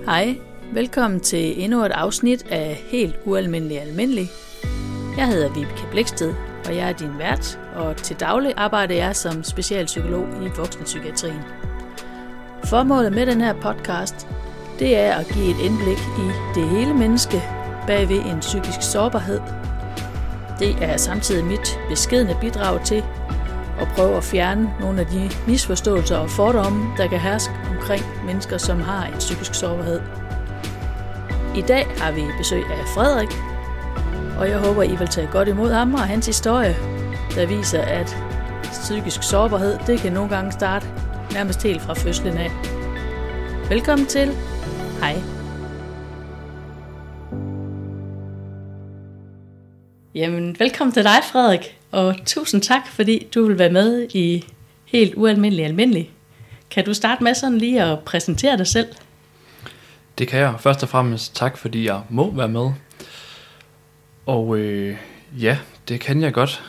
Hej, velkommen til endnu et afsnit af Helt Ualmindelig Almindelig. Jeg hedder Vibeke Bliksted, og jeg er din vært, og til daglig arbejder jeg som specialpsykolog i voksenpsykiatrien. Formålet med den her podcast, det er at give et indblik i det hele menneske bagved en psykisk sårbarhed. Det er samtidig mit beskedne bidrag til at prøve at fjerne nogle af de misforståelser og fordomme, der kan herske omkring mennesker, som har en psykisk sårbarhed. I dag har vi besøg af Frederik, og jeg håber, I vil tage godt imod ham og hans historie, der viser, at psykisk sårbarhed, det kan nogle gange starte nærmest helt fra fødslen af. Velkommen til. Hej. Jamen, velkommen til dig, Frederik, og tusind tak, fordi du vil være med i Helt Ualmindelig Almindelig. Kan du starte med sådan lige at præsentere dig selv? Det kan jeg. Først og fremmest tak, fordi jeg må være med. Og ja, det kan jeg godt.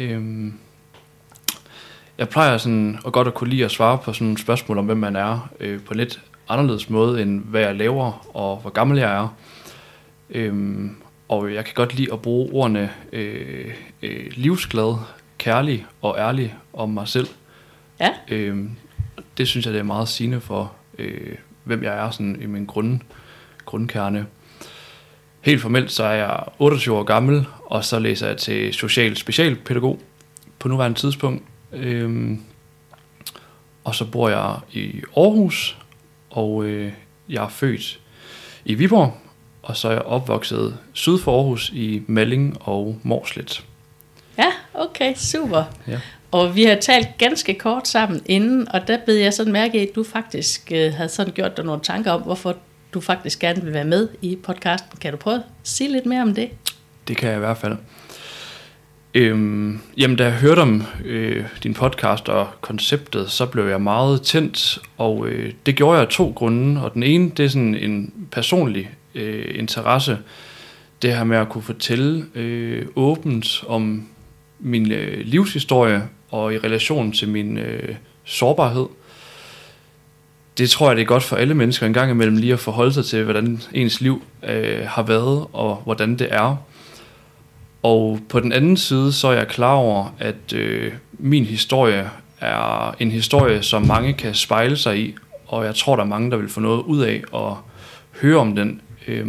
Jeg plejer sådan at godt at kunne lide at svare på sådan nogle spørgsmål om, hvem man er, på en lidt anderledes måde, end hvad jeg laver og hvor gammel jeg er. Og jeg kan godt lide at bruge ordene livsglad, kærlig og ærlig om mig selv. Ja. Det synes jeg, det er meget sigende for, hvem jeg er sådan i min grundkerne. Helt formelt så er jeg 28 år gammel, og så læser jeg til social specialpædagog på nuværende tidspunkt. Og så bor jeg i Aarhus, og jeg er født i Viborg, og så er jeg opvokset syd for Aarhus i Malling og Mårslet. Ja, okay, super. Ja. Og vi har talt ganske kort sammen inden, og der bed jeg sådan mærke, at du faktisk havde sådan gjort dig nogle tanker om, hvorfor du faktisk gerne vil være med i podcasten. Kan du prøve at sige lidt mere om det? Det kan jeg i hvert fald. Jamen, da jeg hørte om din podcast og konceptet, så blev jeg meget tændt, og det gjorde jeg af 2 grunde. Og den ene, det er sådan en personlig interesse. Det her med at kunne fortælle åbent om min livshistorie og i relation til min sårbarhed. Det tror jeg, det er godt for alle mennesker en gang imellem lige at forholde sig til, hvordan ens liv har været og hvordan det er. Og på den anden side, så er jeg klar over, at min historie er en historie, som mange kan spejle sig i, og jeg tror, der er mange, der vil få noget ud af at høre om den.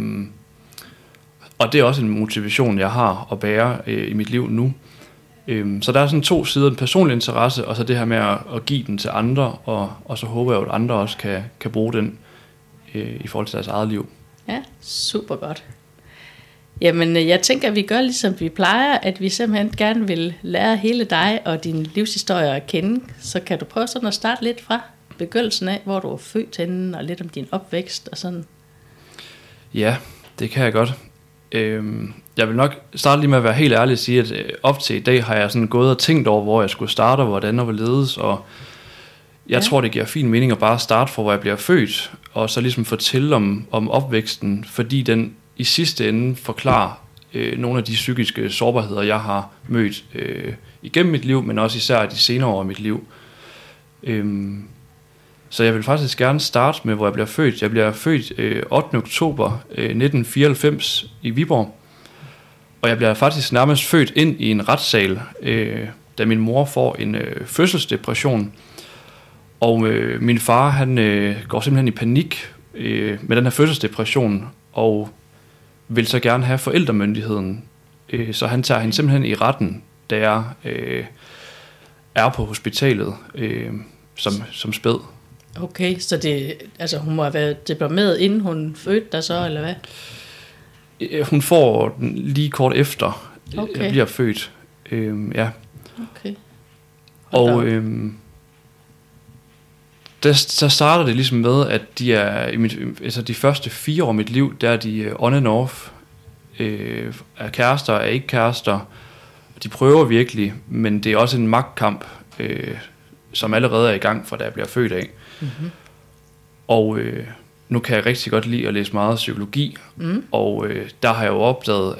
Og det er også en motivation, jeg har at bære i mit liv nu. Så der er sådan 2 sider, en personlig interesse, og så det her med at give den til andre, og så håber jeg, at andre også kan bruge den i forhold til deres eget liv. Ja, super godt. Jamen, jeg tænker, at vi gør ligesom vi plejer, at vi simpelthen gerne vil lære hele dig og din livshistorie at kende. Så kan du prøve sådan at starte lidt fra begyndelsen af, hvor du er født henne, og lidt om din opvækst og sådan. Ja, det kan jeg godt. Jeg vil nok starte lige med at være helt ærlig og sige, at op til i dag har jeg sådan gået og tænkt over, hvor jeg skulle starte, og hvordan og hvorledes, og jeg tror, det giver fin mening at bare starte fra, hvor jeg bliver født, og så ligesom fortælle om opvæksten, fordi den i sidste ende forklarer nogle af de psykiske sårbarheder, jeg har mødt igennem mit liv, men også især de senere år i mit liv. Så jeg vil faktisk gerne starte med, hvor jeg bliver født. Jeg bliver født 8. oktober 1994 i Viborg. Og jeg bliver faktisk nærmest født ind i en retssal, da min mor får en fødselsdepression. Og min far, han går simpelthen i panik med den her fødselsdepression, og vil så gerne have forældremyndigheden. Så han tager hende simpelthen i retten, da jeg er på hospitalet som spæd. Okay, så det, altså hun må have været deprimeret, inden hun fødte dig så, eller hvad? Hun får den lige kort efter, jeg bliver født. Ja. Okay. Og der starter det ligesom med, at de er de første 4 år af mit liv, der er de on and off, er kærester, er ikke kærester. De prøver virkelig, men det er også en magtkamp, som allerede er i gang fra da jeg bliver født af. Mm-hmm. Og nu kan jeg rigtig godt lide at læse meget psykologi, og der har jeg jo opdaget,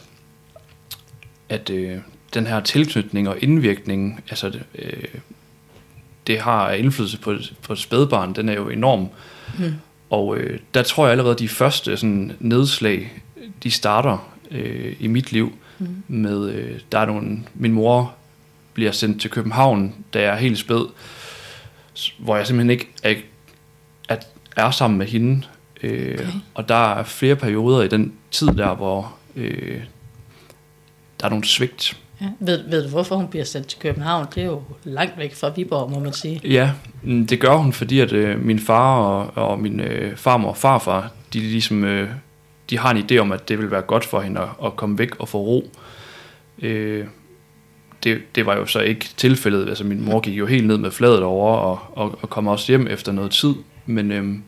at den her tilknytning og indvirkning, altså det har indflydelse på et spædbarn, den er jo enorm. Og der tror jeg allerede, de første sådan, nedslag, de starter i mit liv med, der er min mor bliver sendt til København, da jeg er helt spæd, hvor jeg simpelthen ikke er sammen med hende. Okay. Og der er flere perioder i den tid der, hvor der er nogle svigt. Ja. Ved du, hvorfor hun bliver sendt til København? Det er jo langt væk fra Viborg, må man sige. Ja, det gør hun, fordi at min far og min farmor og farfar, de har en idé om, at det vil være godt for hende at komme væk og få ro. Det var jo så ikke tilfældet. Altså min mor gik jo helt ned med fladet over og kom også hjem efter noget tid. Men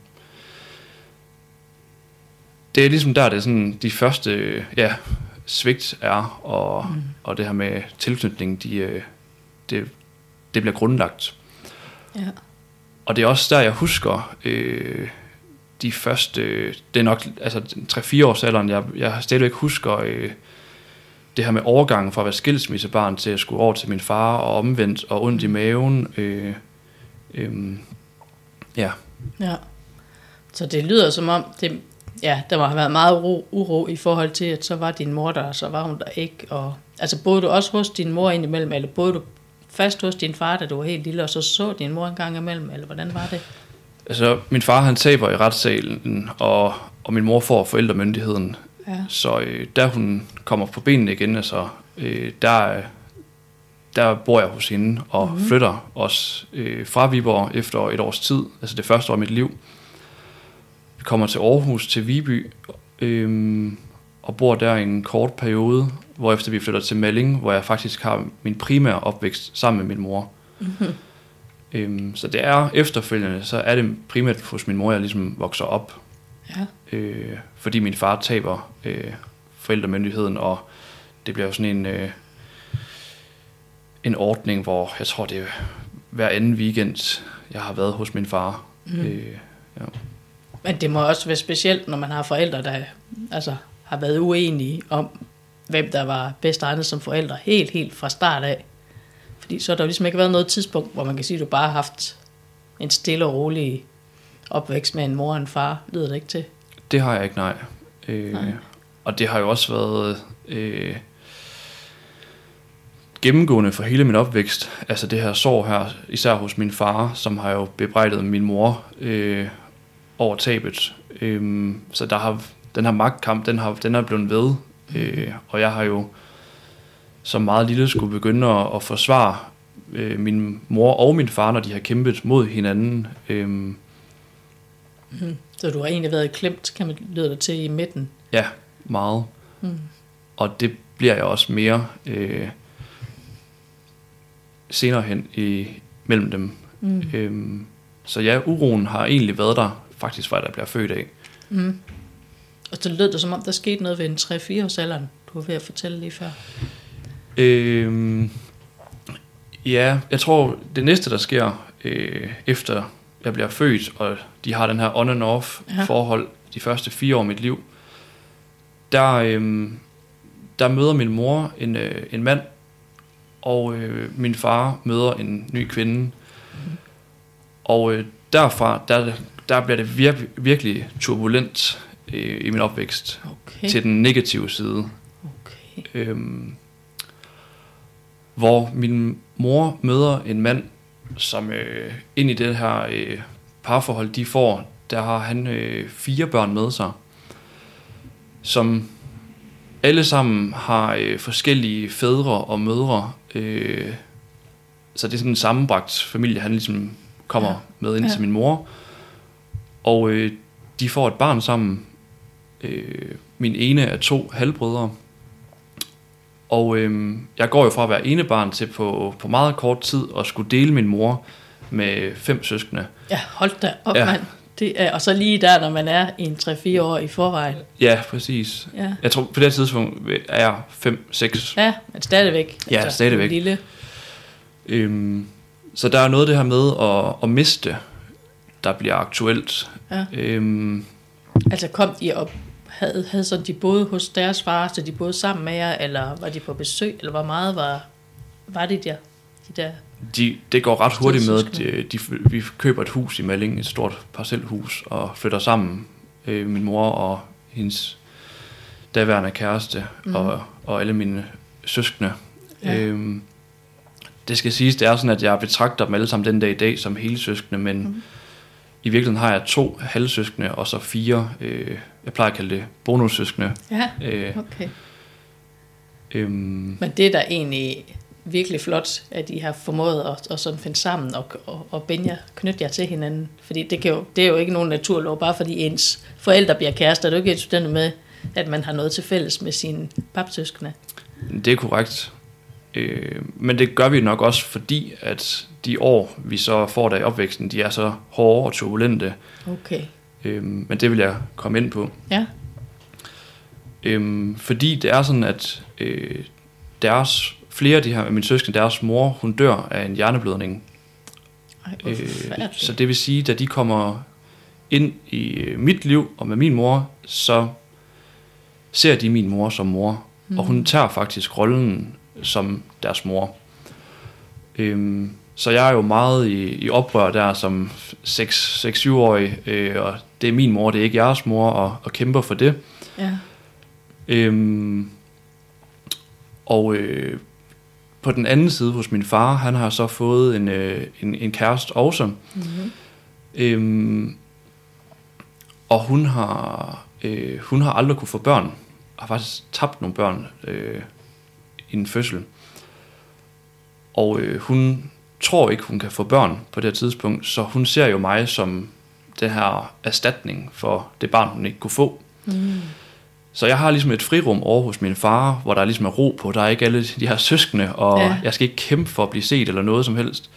det er ligesom der, det er sådan de første svigt er, og det her med tilknytning, det bliver grundlagt. Ja. Og det er også der, jeg husker de første, det er nok altså 3-4 års alderen, jeg stadigvæk husker det her med overgangen fra at være skilsmissebarn til at skulle over til min far, og omvendt, og ondt i maven. Ja. Så det lyder som om, der må have været meget uro i forhold til, at så var din mor der, og så var hun der ikke. Og, altså boede du også hos din mor indimellem, eller boede du fast hos din far, da du var helt lille, og så din mor en gang imellem, eller hvordan var det? Altså, min far, han taber i retssalen, og min mor får forældremyndigheden. Ja. Så da hun kommer på benene igen, altså, der bor jeg hos hende, og flytter også fra Viborg efter et års tid, altså det første år i mit liv. Vi kommer til Aarhus, til Viby, og bor der i en kort periode, hvorefter vi flytter til Malling, hvor jeg faktisk har min primære opvækst sammen med min mor. Mm-hmm. Så det er efterfølgende, så er det primært hos min mor, jeg ligesom vokser op. Ja. Fordi min far taber forældremyndigheden, og det bliver jo sådan en ordning, hvor jeg tror, det er hver anden weekend, jeg har været hos min far. Ja. Men det må også være specielt, når man har forældre, der altså, har været uenige om, hvem der var bedst egnet som forældre, helt fra start af. Fordi så har der jo ligesom ikke været noget tidspunkt, hvor man kan sige, at du bare har haft en stille og rolig opvækst med en mor og en far. Lyder det ikke til? Det har jeg ikke, nej. Og det har jo også været gennemgående for hele min opvækst. Altså det her sorg her, især hos min far, som har jo bebrejdet min mor over tabet. Så den her magtkamp, den er blevet ved. Og jeg har jo som meget lille skulle begynde at forsvare min mor og min far, når de har kæmpet mod hinanden. Så du har egentlig været klemt, kan man lyde dig til, i midten? Ja, meget. Og det bliver jeg også mere senere hen mellem dem. Så ja, uroen har egentlig været der, faktisk fra da jeg bliver født af. Og så lød det som om, der skete noget ved en 3-4 års alderen, du var ved at fortælle lige før. Ja, jeg tror, det næste, der sker, efter jeg bliver født, og de har den her on and off forhold de første 4 år af mit liv, der møder min mor en mand, og min far møder en ny kvinde. Og derfra, der bliver det virkelig turbulent i min opvækst, til den negative side. Hvor min mor møder en mand, som ind i det her parforhold, de får, der har han 4 børn med sig, som alle sammen har forskellige fædre og mødre. Så det er sådan en sammenbragt familie, han ligesom kommer med ind til min mor. Og de får et barn sammen. Min ene er 2 halvbrødre. Og jeg går jo fra at være ene barn til på meget kort tid at skulle dele min mor med 5 søskende. Ja, hold da op, mand. Det er, og så lige der, når man er i en 3-4 år i forvejen. Ja, præcis. Ja. Jeg tror, på det tidspunkt er jeg 5-6. Ja, men stadigvæk. Ja, altså, stadigvæk. Lille. Så der er noget det her med at miste, der bliver aktuelt. Ja. Altså kom de op, havde så de boede hos deres far, så de boede sammen med jer, eller var de på besøg, eller hvor meget var det der, de der? Det går ret hurtigt med. Vi køber et hus i Malling, et stort parcelhus, og flytter sammen. Min mor og hendes daværende kæreste og alle mine søskende. Ja. Det skal siges, det er sådan, at jeg betragter dem alle sammen den dag i dag som hele søskende, men i virkeligheden har jeg 2 halvsøskende, og så 4, jeg plejer at kalde det bonussøskende. Ja, okay. Men det er da egentlig virkelig flot, at I har formået at sådan finde sammen og knytte jer til hinanden. Fordi det er jo ikke nogen naturlov, bare fordi ens forældre bliver kærester. Det er jo ikke et student med, at man har noget til fælles med sine papsøskende. Det er korrekt. Men det gør vi nok også, fordi at de år, vi så får der i opvæksten, de er så hårde og turbulente. Okay. Men det vil jeg komme ind på. Ja. Fordi det er sådan, at flere af de her af mine søskende, deres mor, hun dør af en hjerneblødning. Så det vil sige, da de kommer ind i mit liv og med min mor, så ser de min mor som mor. Og hun tager faktisk rollen som deres mor. Så jeg er jo meget i oprør der som 6-7-årig, og det er min mor, det er ikke jeres mor, og kæmper for det. Ja. På den anden side hos min far, han har så fået en kæreste også. Og hun har aldrig kunne få børn. Har faktisk tabt nogle børn i en fødsel. Og hun tror ikke, hun kan få børn på det her tidspunkt, så hun ser jo mig som den her erstatning for det barn, hun ikke kunne få. Så jeg har ligesom et frirum over hos min far, hvor der ligesom er ro på. Der er ikke alle de her søskende, og jeg skal ikke kæmpe for at blive set eller noget som helst.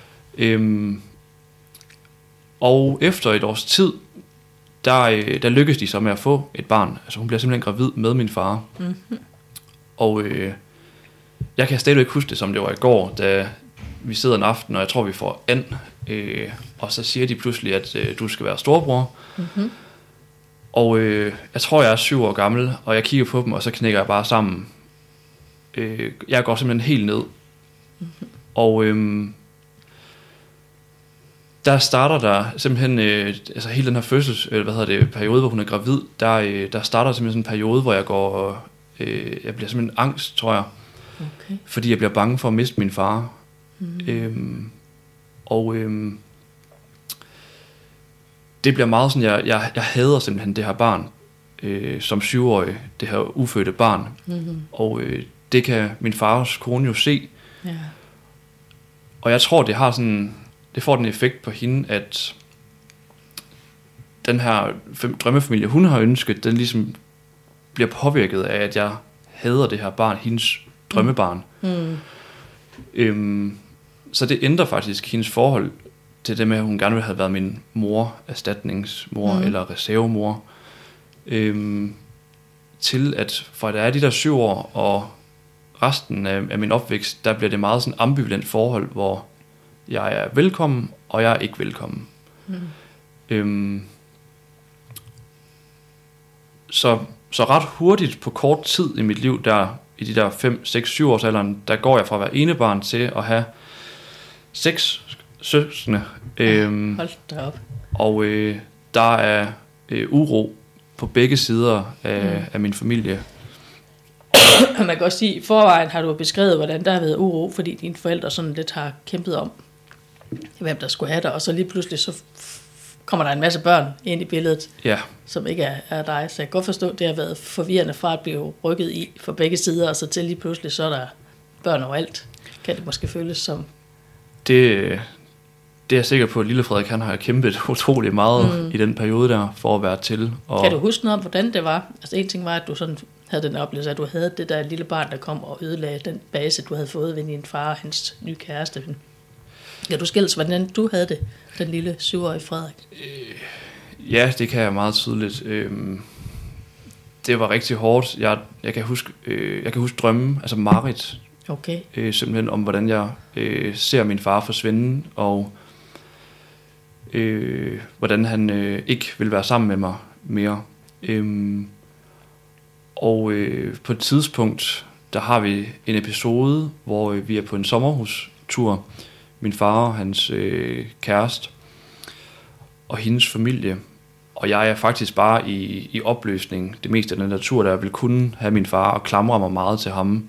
Og efter et års tid, der lykkes de så med at få et barn. Altså hun bliver simpelthen gravid med min far. Og jeg kan stadigvæk huske det, som det var i går, da vi sidder en aften, og jeg tror, vi får and. Og så siger de pludselig, at du skal være storebror. Og jeg tror, jeg er 7 år gammel, og jeg kigger på dem, og så knækker jeg bare sammen. Jeg går simpelthen helt ned. Og der starter der simpelthen, altså hele den her periode, hvor hun er gravid, der starter simpelthen sådan en periode, hvor jeg bliver simpelthen angst, tror jeg. Okay. Fordi jeg bliver bange for at miste min far. Det bliver meget sådan, jeg hader simpelthen det her barn, som 7-årig, det her ufødte barn. Og det kan min fars kone jo se. Ja. Og jeg tror, det får den effekt på hende, at den her drømmefamilie, hun har ønsket, den ligesom bliver påvirket af, at jeg hader det her barn, hendes drømmebarn. Så det ændrer faktisk hendes forhold til det med, at hun gerne ville have været min mor, erstatningsmor eller reservemor, til at for der er de der 7 år, og resten af min opvækst, der bliver det meget sådan ambivalent forhold, hvor jeg er velkommen, og jeg er ikke velkommen. Så ret hurtigt på kort tid i mit liv, der i de der 5, 6, 7 års alderen, der går jeg fra at være enebarn til at have 6 søskende. Hold da op. Og der er uro på begge sider af min familie. Man kan også sige, i forvejen har du beskrevet, hvordan der har været uro, fordi dine forældre sådan lidt har kæmpet om, hvem der skulle have dig, og så lige pludselig så kommer der en masse børn ind i billedet, som ikke er dig. Så jeg kan godt forstå, at det har været forvirrende fra at blive rykket i for begge sider, og så til lige pludselig, så er der børn overalt. Kan det måske føles som? Det er jeg sikker på, at lille Frederik, han har kæmpet utrolig meget i den periode der, for at være til. Og kan du huske noget om, hvordan det var? Altså en ting var, at du sådan havde den oplevelse, at du havde det der lille barn, der kom og ødelagde den base, du havde fået ved din far og hans nye kæreste. Kan du skilles, hvordan du havde det, den lille 7-årige Frederik? Ja, det kan jeg meget tydeligt. Det var rigtig hårdt. Jeg kan huske drømme, altså mareridt. Okay. Simpelthen om, hvordan jeg ser min far forsvinde, og hvordan han ikke vil være sammen med mig mere. På et tidspunkt, der har vi en episode, hvor vi er på en sommerhustur sommerhustur. Min far og hans kæreste og hendes familie. Og jeg er faktisk bare i opløsning det meste af den natur, der jeg vil kunne have min far og klamre mig meget til ham.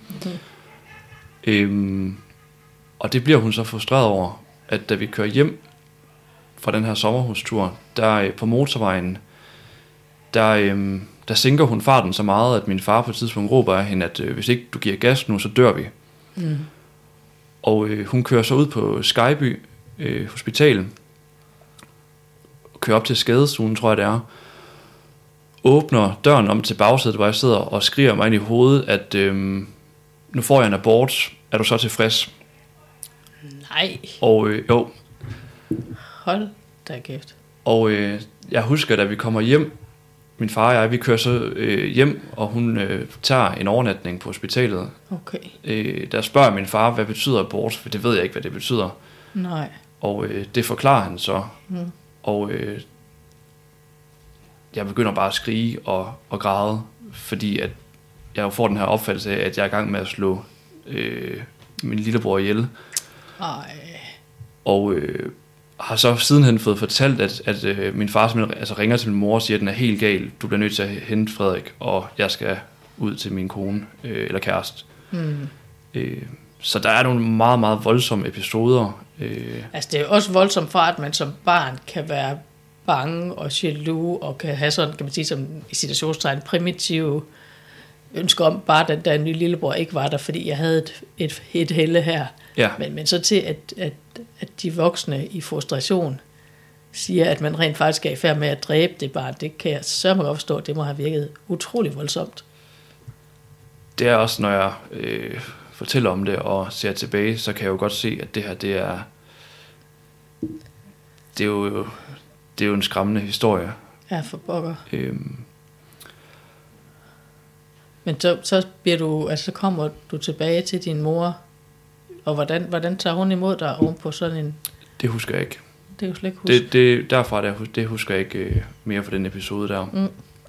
Og det bliver hun så frustreret over, at da vi kører hjem fra den her sommerhustur, der på motorvejen, der sænker hun farten så meget, at min far på et tidspunkt råber af hende, at hvis ikke du giver gas nu, så dør vi. Og hun kører så ud på Skyby Hospital, kører op til skadestuen, tror jeg det er, åbner døren om til bagsædet, hvor jeg sidder og skriger mig ind i hovedet, at nu får jeg en abort, er du så tilfreds? Nej. Og jo. Hold da kæft. Og jeg husker, da vi kommer hjem, min far og jeg, vi kører så hjem, og hun tager en overnatning på hospitalet. Okay. Der spørger min far, hvad betyder abort, for det ved jeg ikke, hvad det betyder. Nej. Og det forklarer han så. Og jeg begynder bare at skrige og græde, fordi at jeg jo får den her opfattelse af, at jeg er i gang med at slå min lillebror ihjel. Ej. Og har så sidenhen fået fortalt, at min far simpelthen ringer til min mor og siger, at den er helt gal. Du bliver nødt til at hente Frederik, og jeg skal ud til min kone eller kæreste. Så der er nogle meget, meget voldsomme episoder. Altså det er jo også voldsomt for, at man som barn kan være bange og jaloux, og kan have sådan, kan man sige, som i situationstegn primitive ønsker om, bare den der nye lillebror ikke var der, fordi jeg havde et helle her. Ja. Men så til, at de voksne i frustration siger, at man rent faktisk er i færd med at dræbe det barn, det kan jeg så meget forstå, det må have virket utrolig voldsomt. Det er også, når jeg fortæller om det og ser tilbage, så kan jeg jo godt se, at det her, det er jo en skræmmende historie. Ja, for pokker. Men så bliver du, altså så kommer du tilbage til din mor, og hvordan tager hun imod dig oven på sådan en... Det husker jeg ikke. Det er jo slet ikke huske. Derfra, det husker jeg ikke mere for den episode der.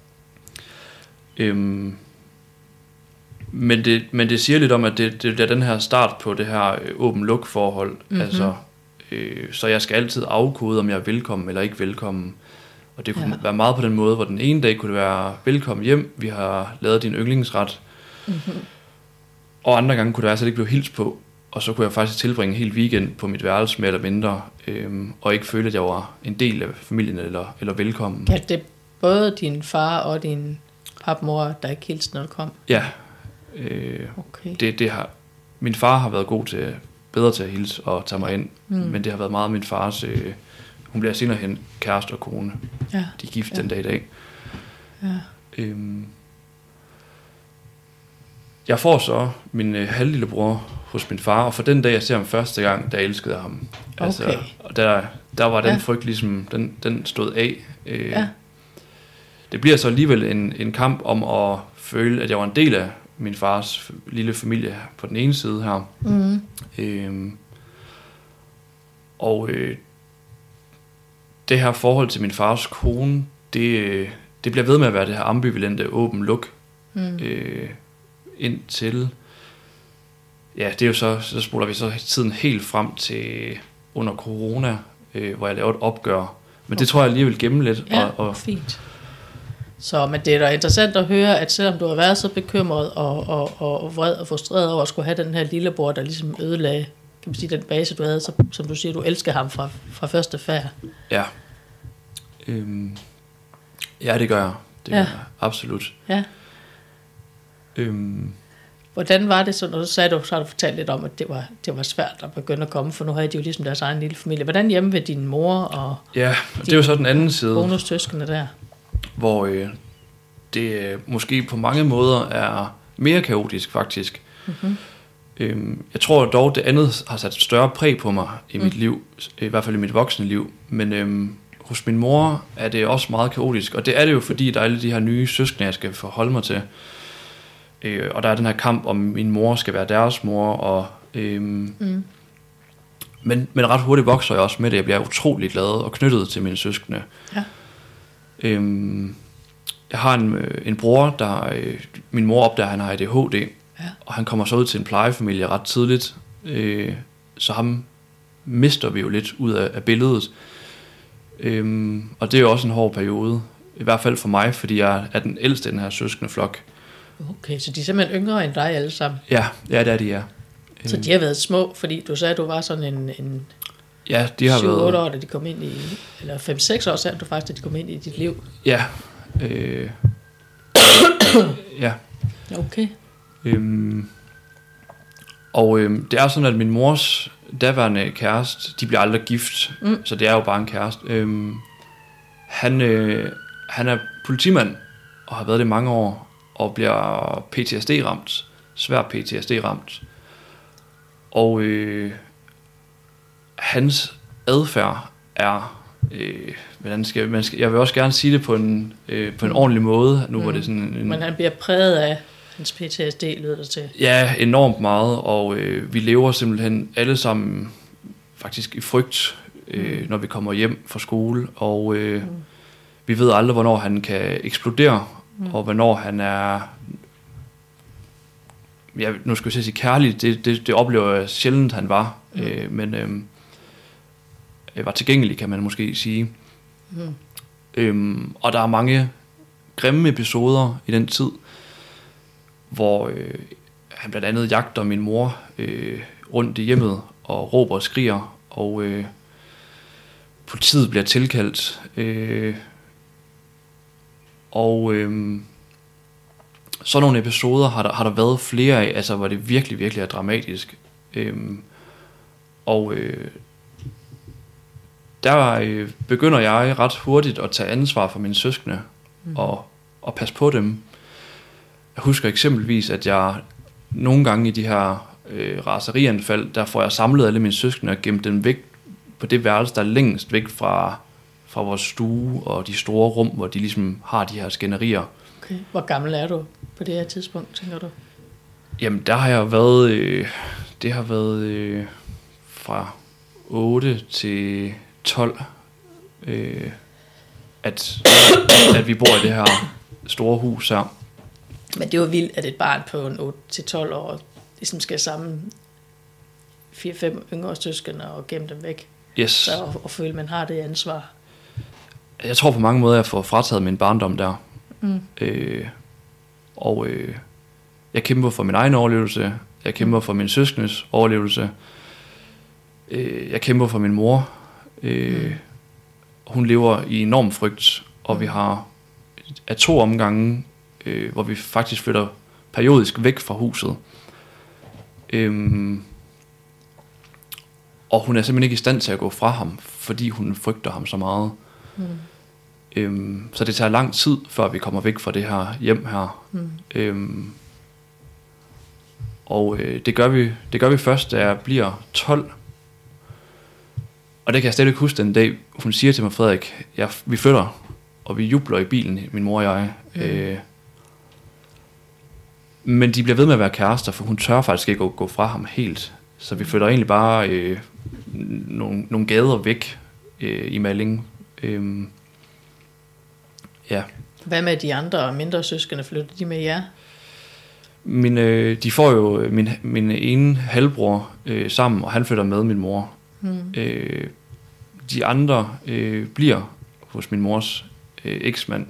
Men det siger lidt om, at det er den her start på det her åben-luk forhold. Altså, så jeg skal altid afkode, om jeg er velkommen eller ikke velkommen. Og det kunne være meget på den måde, hvor den ene dag kunne det være velkommen hjem, vi har lavet din yndlingsret. Og andre gange kunne det være, at jeg ikke blev hilst på. Og så kunne jeg faktisk tilbringe en hel weekend på mit værelse mere eller mindre, og ikke føle, at jeg var en del af familien eller velkommen. Ja, det både din far og din papmor, der ikke hilste, når du kom? Ja. Okay. Det har, min far har været bedre til at hilse og tage mig ind, men det har været meget min fars... hun bliver senere hen kæreste og kone. Ja. De er gift den dag i dag. Ja. Jeg får så min halvlillebror hos min far, og for den dag, jeg ser ham første gang, der elskede jeg ham. Okay. Altså, og der var den frygt ligesom, den stod af. Det bliver så alligevel en kamp om at føle, at jeg var en del af min fars lille familie på den ene side her. Og det her forhold til min fars kone, det bliver ved med at være det her ambivalente åben-luk. Indtil... Ja, det er jo så spoler vi så tiden helt frem til under corona, hvor jeg lavede et opgør. Men det tror jeg lige vil gemme lidt. Ja, fint. Så, men det er da interessant at høre, at selvom du har været så bekymret og vred og frustreret over at skulle have den her lillebror, der ligesom ødelagde, kan man sige, den base, du havde, så, som du siger, du elsker ham fra første færd. Ja. Ja, det gør jeg. Det gør jeg, absolut. Ja. Hvordan var det så, når du sagde, så har du fortalt lidt om, at det var svært at begynde at komme, for nu havde de jo ligesom deres egen lille familie. Hvordan hjemme ved din mor og det er jo så den anden side, bonustøskende der? Hvor det måske på mange måder er mere kaotisk faktisk. Jeg tror dog, det andet har sat større præg på mig i mit liv, i hvert fald i mit voksne liv, men hos min mor er det også meget kaotisk, og det er det jo, fordi der er alle de her nye søskende, jeg skal forholde mig til. Og der er den her kamp, om min mor skal være deres mor, og men ret hurtigt vokser jeg også med det. Jeg bliver utrolig glad og knyttet til mine søskende. Ja. Jeg har en bror, der min mor opdager, han har ADHD, og han kommer så ud til en plejefamilie ret tidligt, så ham mister vi jo lidt ud af billedet. Og det er jo også en hård periode, i hvert fald for mig, fordi jeg er den ældste i den her søskendeflok. Okay, så de er simpelthen yngre end dig alle sammen? Ja, det er de, ja. Så de har været små, fordi du sagde, at du var sådan en ja, de har 7-8 år, da de kom ind i, eller 5-6 år, sagde du faktisk, da de kom ind i dit liv? Ja. Ja. Okay. Det er sådan, at min mors daværende kæreste, de bliver aldrig gift, så det er jo bare en kæreste. Han er politimand, og har været det i mange år, og bliver PTSD-ramt, svær PTSD-ramt. Og hans adfærd er, jeg vil også gerne sige det på en ordentlig måde, nu hvor det sådan men han bliver præget af hans PTSD, lyder det til. Ja, enormt meget, og vi lever simpelthen alle sammen faktisk i frygt, når vi kommer hjem fra skole, og vi ved aldrig, hvornår han kan eksplodere, og hvornår han er, ja, nu skal jeg sige kærlig, det oplever jeg sjældent, han var, men var tilgængelig, kan man måske sige. Og der er mange grimme episoder i den tid, hvor han blandt andet jagter min mor rundt i hjemmet og råber og skriger, og politiet bliver tilkaldt, sådan nogle episoder har der været flere af, altså hvor det virkelig, virkelig er dramatisk. Der begynder jeg ret hurtigt at tage ansvar for mine søskende og passe på dem. Jeg husker eksempelvis, at jeg nogle gange i de her raserianfald, der får jeg samlet alle mine søskende og gemt dem væk på det værelse, der er længst væk fra vores stue og de store rum, hvor de ligesom har de her skænderier. Okay. Hvor gammel er du på det her tidspunkt, tænker du? Jamen, der har jeg været, det har været fra 8 til 12, at vi bor i det her store hus her. Men det var vildt, at et barn på en 8-12 år ligesom skal sammen 4-5 yngre søskende og gemme dem væk. Yes. Så og føle, at man har det ansvar. Jeg tror på mange måder, at jeg får frataget min barndom der. Jeg kæmper for min egen overlevelse. Jeg kæmper for min søskendes overlevelse. Jeg kæmper for min mor. Hun lever i enorm frygt, og vi har af 2 omgange, hvor vi faktisk flytter periodisk væk fra huset. Og hun er simpelthen ikke i stand til at gå fra ham, fordi hun frygter ham så meget. Så det tager lang tid, før vi kommer væk fra det her hjem her. Det gør vi først, da jeg bliver 12. Og det kan jeg stadig ikke huske den dag, hun siger til mig, Frederik, vi flytter, og vi jubler i bilen, min mor og jeg. Men de bliver ved med at være kærester, for hun tør faktisk ikke at gå fra ham helt. Så vi flytter egentlig bare nogle gader væk i Malling. Ja. Hvad med de andre mindre søskende? Flytter de med jer? De får jo min ene halvbror sammen, og han flytter med min mor. De andre bliver hos min mors eksmand.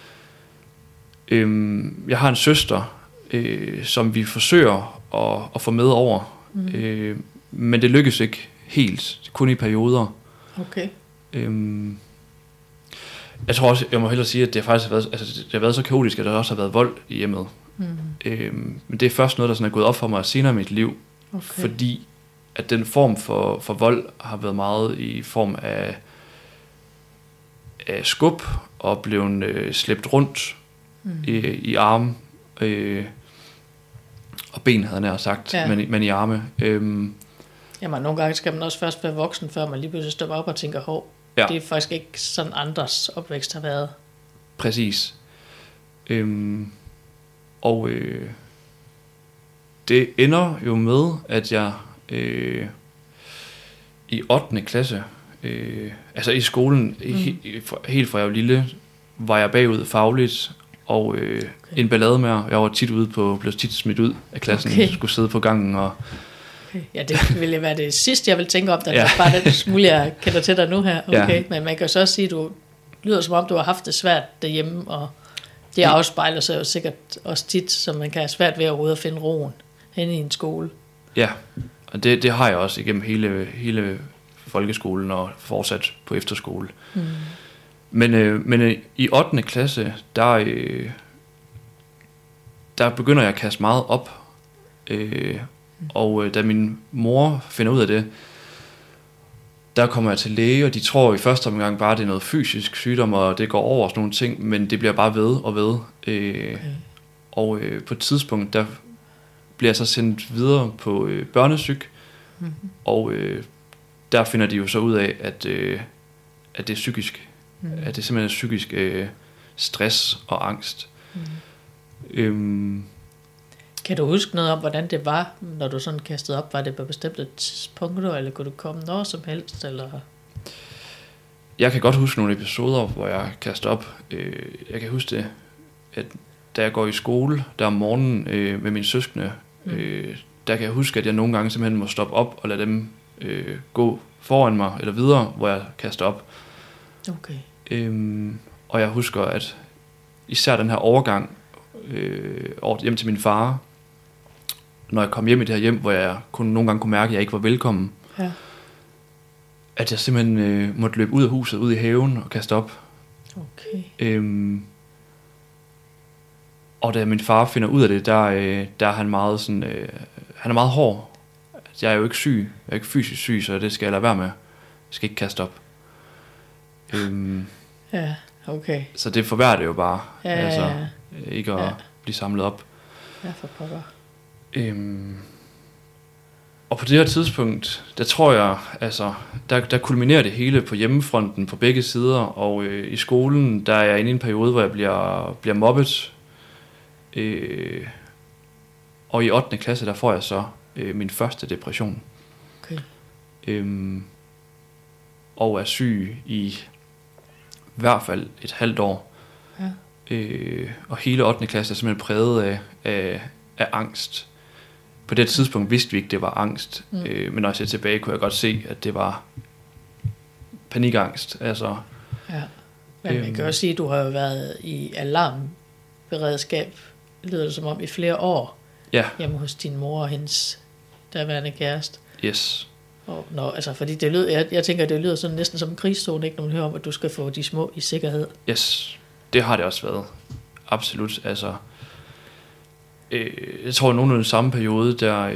Jeg har en søster, som vi forsøger at få med over, men det lykkes ikke helt, kun i perioder. Okay. Jeg tror også, jeg må hellere sige, at det faktisk har været så kaotisk, at der også har været vold i hjemmet. Men det er først noget, der sådan er gået op for mig senere i mit liv, fordi at den form for vold har været meget i form af skub og blevet slæbt rundt i arme og ben, havde jeg nær sagt, men i arme. Jamen, nogle gange skal man også først være voksen, før man lige pludselig stopper op og tænker, det er faktisk ikke sådan andres opvækst har været. Præcis. Det ender jo med, at jeg i 8. klasse, altså i skolen, helt fra jeg var lille, var jeg bagud fagligt, og en ballade med, jeg var tit ude blev tit smidt ud af klassen, skulle sidde på gangen, og Okay. Ja, det ville være det sidste, jeg vil tænke om, det bare den smule, jeg kender til dig nu her. Okay. Ja. Men man kan så også sige, at du lyder som om, du har haft det svært derhjemme, og det afspejler sig jo sikkert også tit, så man kan have svært ved at finde roen hen i en skole. Ja, og det har jeg også igennem hele folkeskolen og fortsat på efterskole. Men i 8. klasse, der begynder jeg at kaste meget op. Og da min mor finder ud af det, der kommer jeg til læge, og de tror i første omgang bare, det er noget fysisk sygdom, og det går over og sådan nogle ting, men det bliver bare ved og ved. Okay. Og på et tidspunkt, der bliver jeg så sendt videre på børnesyg, og der finder de jo så ud af, at det er psykisk. At det simpelthen er psykisk stress og angst. Kan du huske noget om, hvordan det var, når du sådan kastede op? Var det på bestemte tidspunkter, eller kunne du komme når som helst? Eller? Jeg kan godt huske nogle episoder, hvor jeg kastede op. Jeg kan huske det, at da jeg går i skole, der om morgenen med mine søskende, der kan jeg huske, at jeg nogle gange simpelthen må stoppe op og lade dem gå foran mig, eller videre, hvor jeg kaster op. Okay. Og jeg husker, at især den her overgang hjem til min far, når jeg kom hjem i det her hjem, hvor jeg nogle gange kunne mærke, at jeg ikke var velkommen, at jeg simpelthen måtte løbe ud af huset, ud i haven og kaste op. Okay. Og da min far finder ud af det, der er han meget sådan, han er meget hård. Jeg er jo ikke syg, jeg er ikke fysisk syg, så det skal jeg lade være med. Jeg skal ikke kaste op. Ja, okay. Så det forværrer det jo bare. Ikke at blive samlet op. Ja, for pokker. Og på det her tidspunkt, der tror jeg, altså, der kulminerer det hele på hjemmefronten på begge sider, og i skolen, der er jeg inde i en periode, hvor jeg bliver mobbet. Og i 8. klasse, der får jeg så min første depression. Okay. Og er syg i hvert fald et halvt år. Ja. Og hele 8. klasse er simpelthen præget af angst. På det tidspunkt vidste vi ikke, det var angst. Men når jeg ser tilbage, kunne jeg godt se, at det var panikangst. Altså, ja. Men man kan også sige, at du har jo været i alarmberedskab, lyder det som om, i flere år. Ja. Hjemme hos din mor og hendes derværende kæreste. Yes. Og fordi det lyder, jeg tænker, det lyder sådan næsten som en krigszone, ikke, når man hører om, at du skal få de små i sikkerhed. Yes, det har det også været. Absolut. Altså, jeg tror, at nogenlunde samme periode,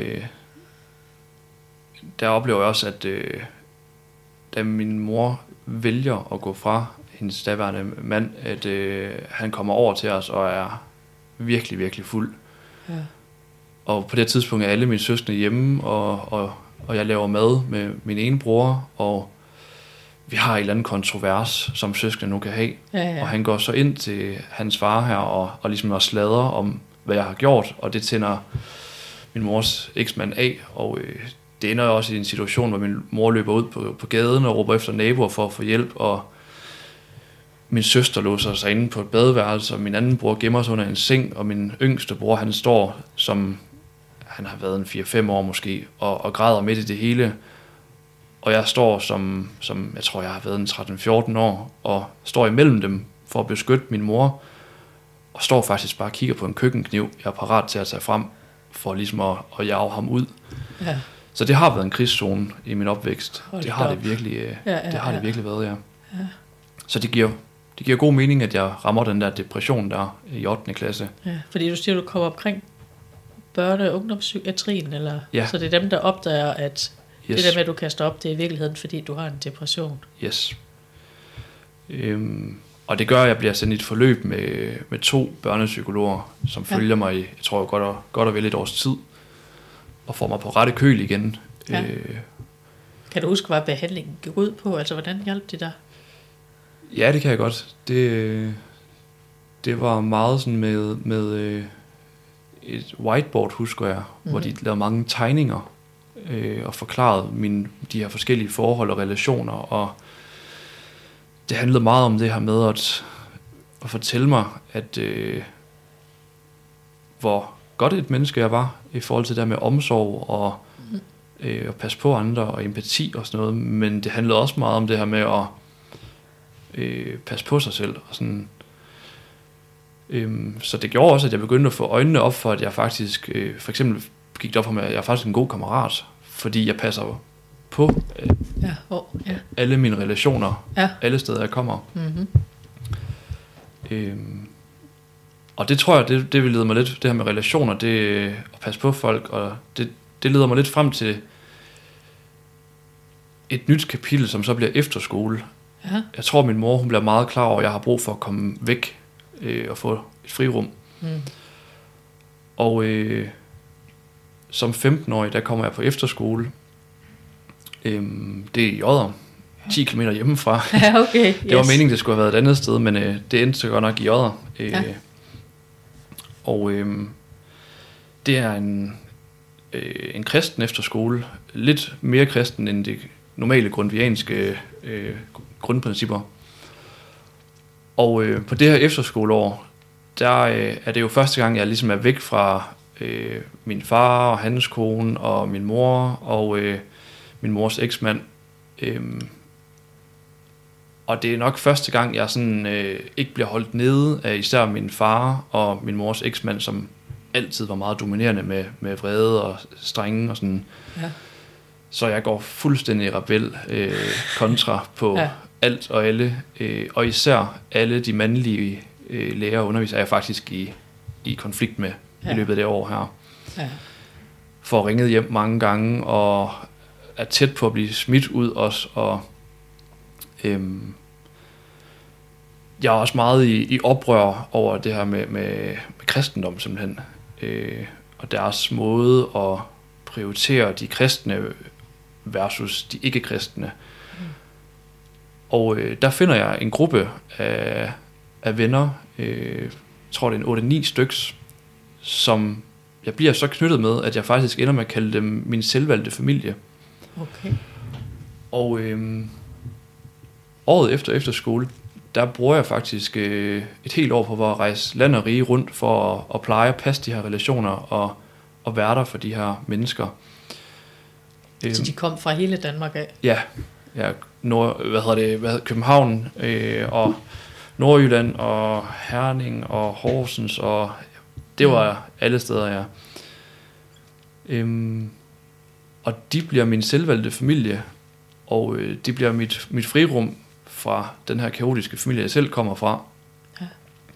der oplever jeg også, at da min mor vælger at gå fra hendes daværende mand, at han kommer over til os og er virkelig, virkelig fuld. Ja. Og på det tidspunkt er alle mine søskende hjemme, og jeg laver mad med min ene bror, og vi har en eller anden kontrovers, som søskende nu kan have. Ja. Og han går så ind til hans far her, og ligesom også slader om, hvad jeg har gjort, og det tænder min mors eksmand af, og det ender også i en situation, hvor min mor løber ud på gaden og råber efter naboer for at få hjælp, og min søster låser sig inde på et badeværelse, og min anden bror gemmer sig under en seng, og min yngste bror, han står, som han har været en 4-5 år måske, og græder midt i det hele. Og jeg står som jeg tror, jeg har været en 13-14 år, og står imellem dem for at beskytte min mor, og står faktisk bare og kigger på en køkkenkniv, jeg er parat til at tage frem, for ligesom at jage ham ud. Ja. Så det har været en krigszone i min opvækst. Det har det virkelig, det har det virkelig været, ja. Så det giver god mening, at jeg rammer den der depression der i 8. klasse. Ja, fordi du siger, du kommer omkring børne- og ungdomspsykiatrien, eller? Ja. Så det er dem, der opdager, at det der med, at du kaster op, det er i virkeligheden, fordi du har en depression. Yes. Og det gør, at jeg bliver sendt i et forløb med 2 børnepsykologer, som følger mig i, jeg tror godt og vel et års tid, og får mig på rette køl igen. Ja. Kan du huske, hvad behandlingen gik ud på? Altså, hvordan hjalp det dig? Ja, det kan jeg godt. Det var meget sådan med et whiteboard, husker jeg, hvor de lavede mange tegninger og forklarede de her forskellige forhold og relationer, og det handlede meget om det her med at fortælle mig, at hvor godt et menneske jeg var i forhold til det med omsorg, og og passe på andre og empati og sådan noget, men det handlede også meget om det her med at passe på sig selv og sådan. Så det gjorde også, at jeg begyndte at få øjnene op for, at jeg faktisk, for eksempel gik det op for mig, at jeg er faktisk en god kammerat, fordi jeg passer på alle mine relationer, alle steder jeg kommer. Mm-hmm. Og det tror jeg, det vil lede mig lidt, det her med relationer, det at passe på folk, og det leder mig lidt frem til et nyt kapitel, som så bliver efterskole. Ja. Jeg tror, min mor, hun bliver meget klar over, at jeg har brug for at komme væk og få et frirum. Mm. Og som 15-årig, der kommer jeg på efterskole. Det er i Odder, 10 km hjemmefra. Ja, okay. Det var meningen, det skulle have været et andet sted, men det endte så godt nok i Odder. Og det er en kristen efterskole. Lidt mere kristen end de normale grundvianske grundprincipper. Og på det her efterskoleår, der er det jo første gang, jeg ligesom er væk fra min far og hans kone og min mor og min mors eksmand. Og det er nok første gang, jeg sådan ikke bliver holdt nede af især min far og min mors eksmand, som altid var meget dominerende med vrede og strenge og sådan. Ja. Så jeg går fuldstændig rebel kontra på alt og alle. Og især alle de mandlige lærer og undervisere er jeg faktisk i konflikt med i løbet af det år her. Ja. Får ringet hjem mange gange og er tæt på at blive smidt ud også. Og jeg er også meget i oprør over det her med kristendom simpelthen. Og deres måde at prioritere de kristne versus de ikke-kristne. Mm. Og der finder jeg en gruppe af venner, jeg tror det er en 8-9 styks, som jeg bliver så knyttet med, at jeg faktisk ender med at kalde dem min selvvalgte familie. Okay. Og året efter skole, der bruger jeg faktisk et helt år på at rejse land og rige rundt for at pleje og passe de her relationer og være der for de her mennesker. Så de kom fra hele Danmark af? Ja, København og Nordjylland og Herning og Horsens, og det var alle steder, ja. Og de bliver min selvvalgte familie, og de bliver mit frirum fra den her kaotiske familie, jeg selv kommer fra. Ja.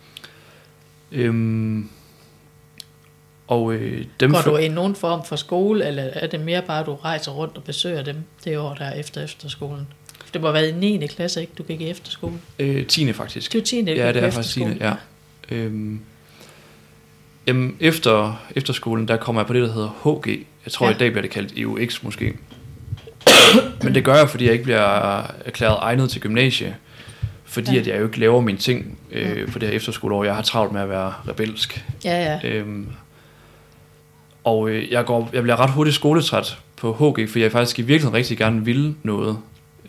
Går du i nogen form for skole, eller er det mere bare, at du rejser rundt og besøger dem det år, der er efter skolen? Det må have været i 9. klasse, ikke? Du gik i efterskole? 10. faktisk. Det er 10. Ja, det er faktisk 10. Ja. Efter skolen, der kommer jeg på det, der hedder HG. Jeg tror, i dag bliver det kaldt EUX måske. Men det gør jeg, fordi jeg ikke bliver erklæret egnet til gymnasie. Fordi at jeg jo ikke laver mine ting på det her efterskoleår. Jeg har travlt med at være rebelsk. Ja. Og jeg bliver ret hurtigt skoletræt på HG, fordi jeg faktisk i virkeligheden rigtig gerne ville noget.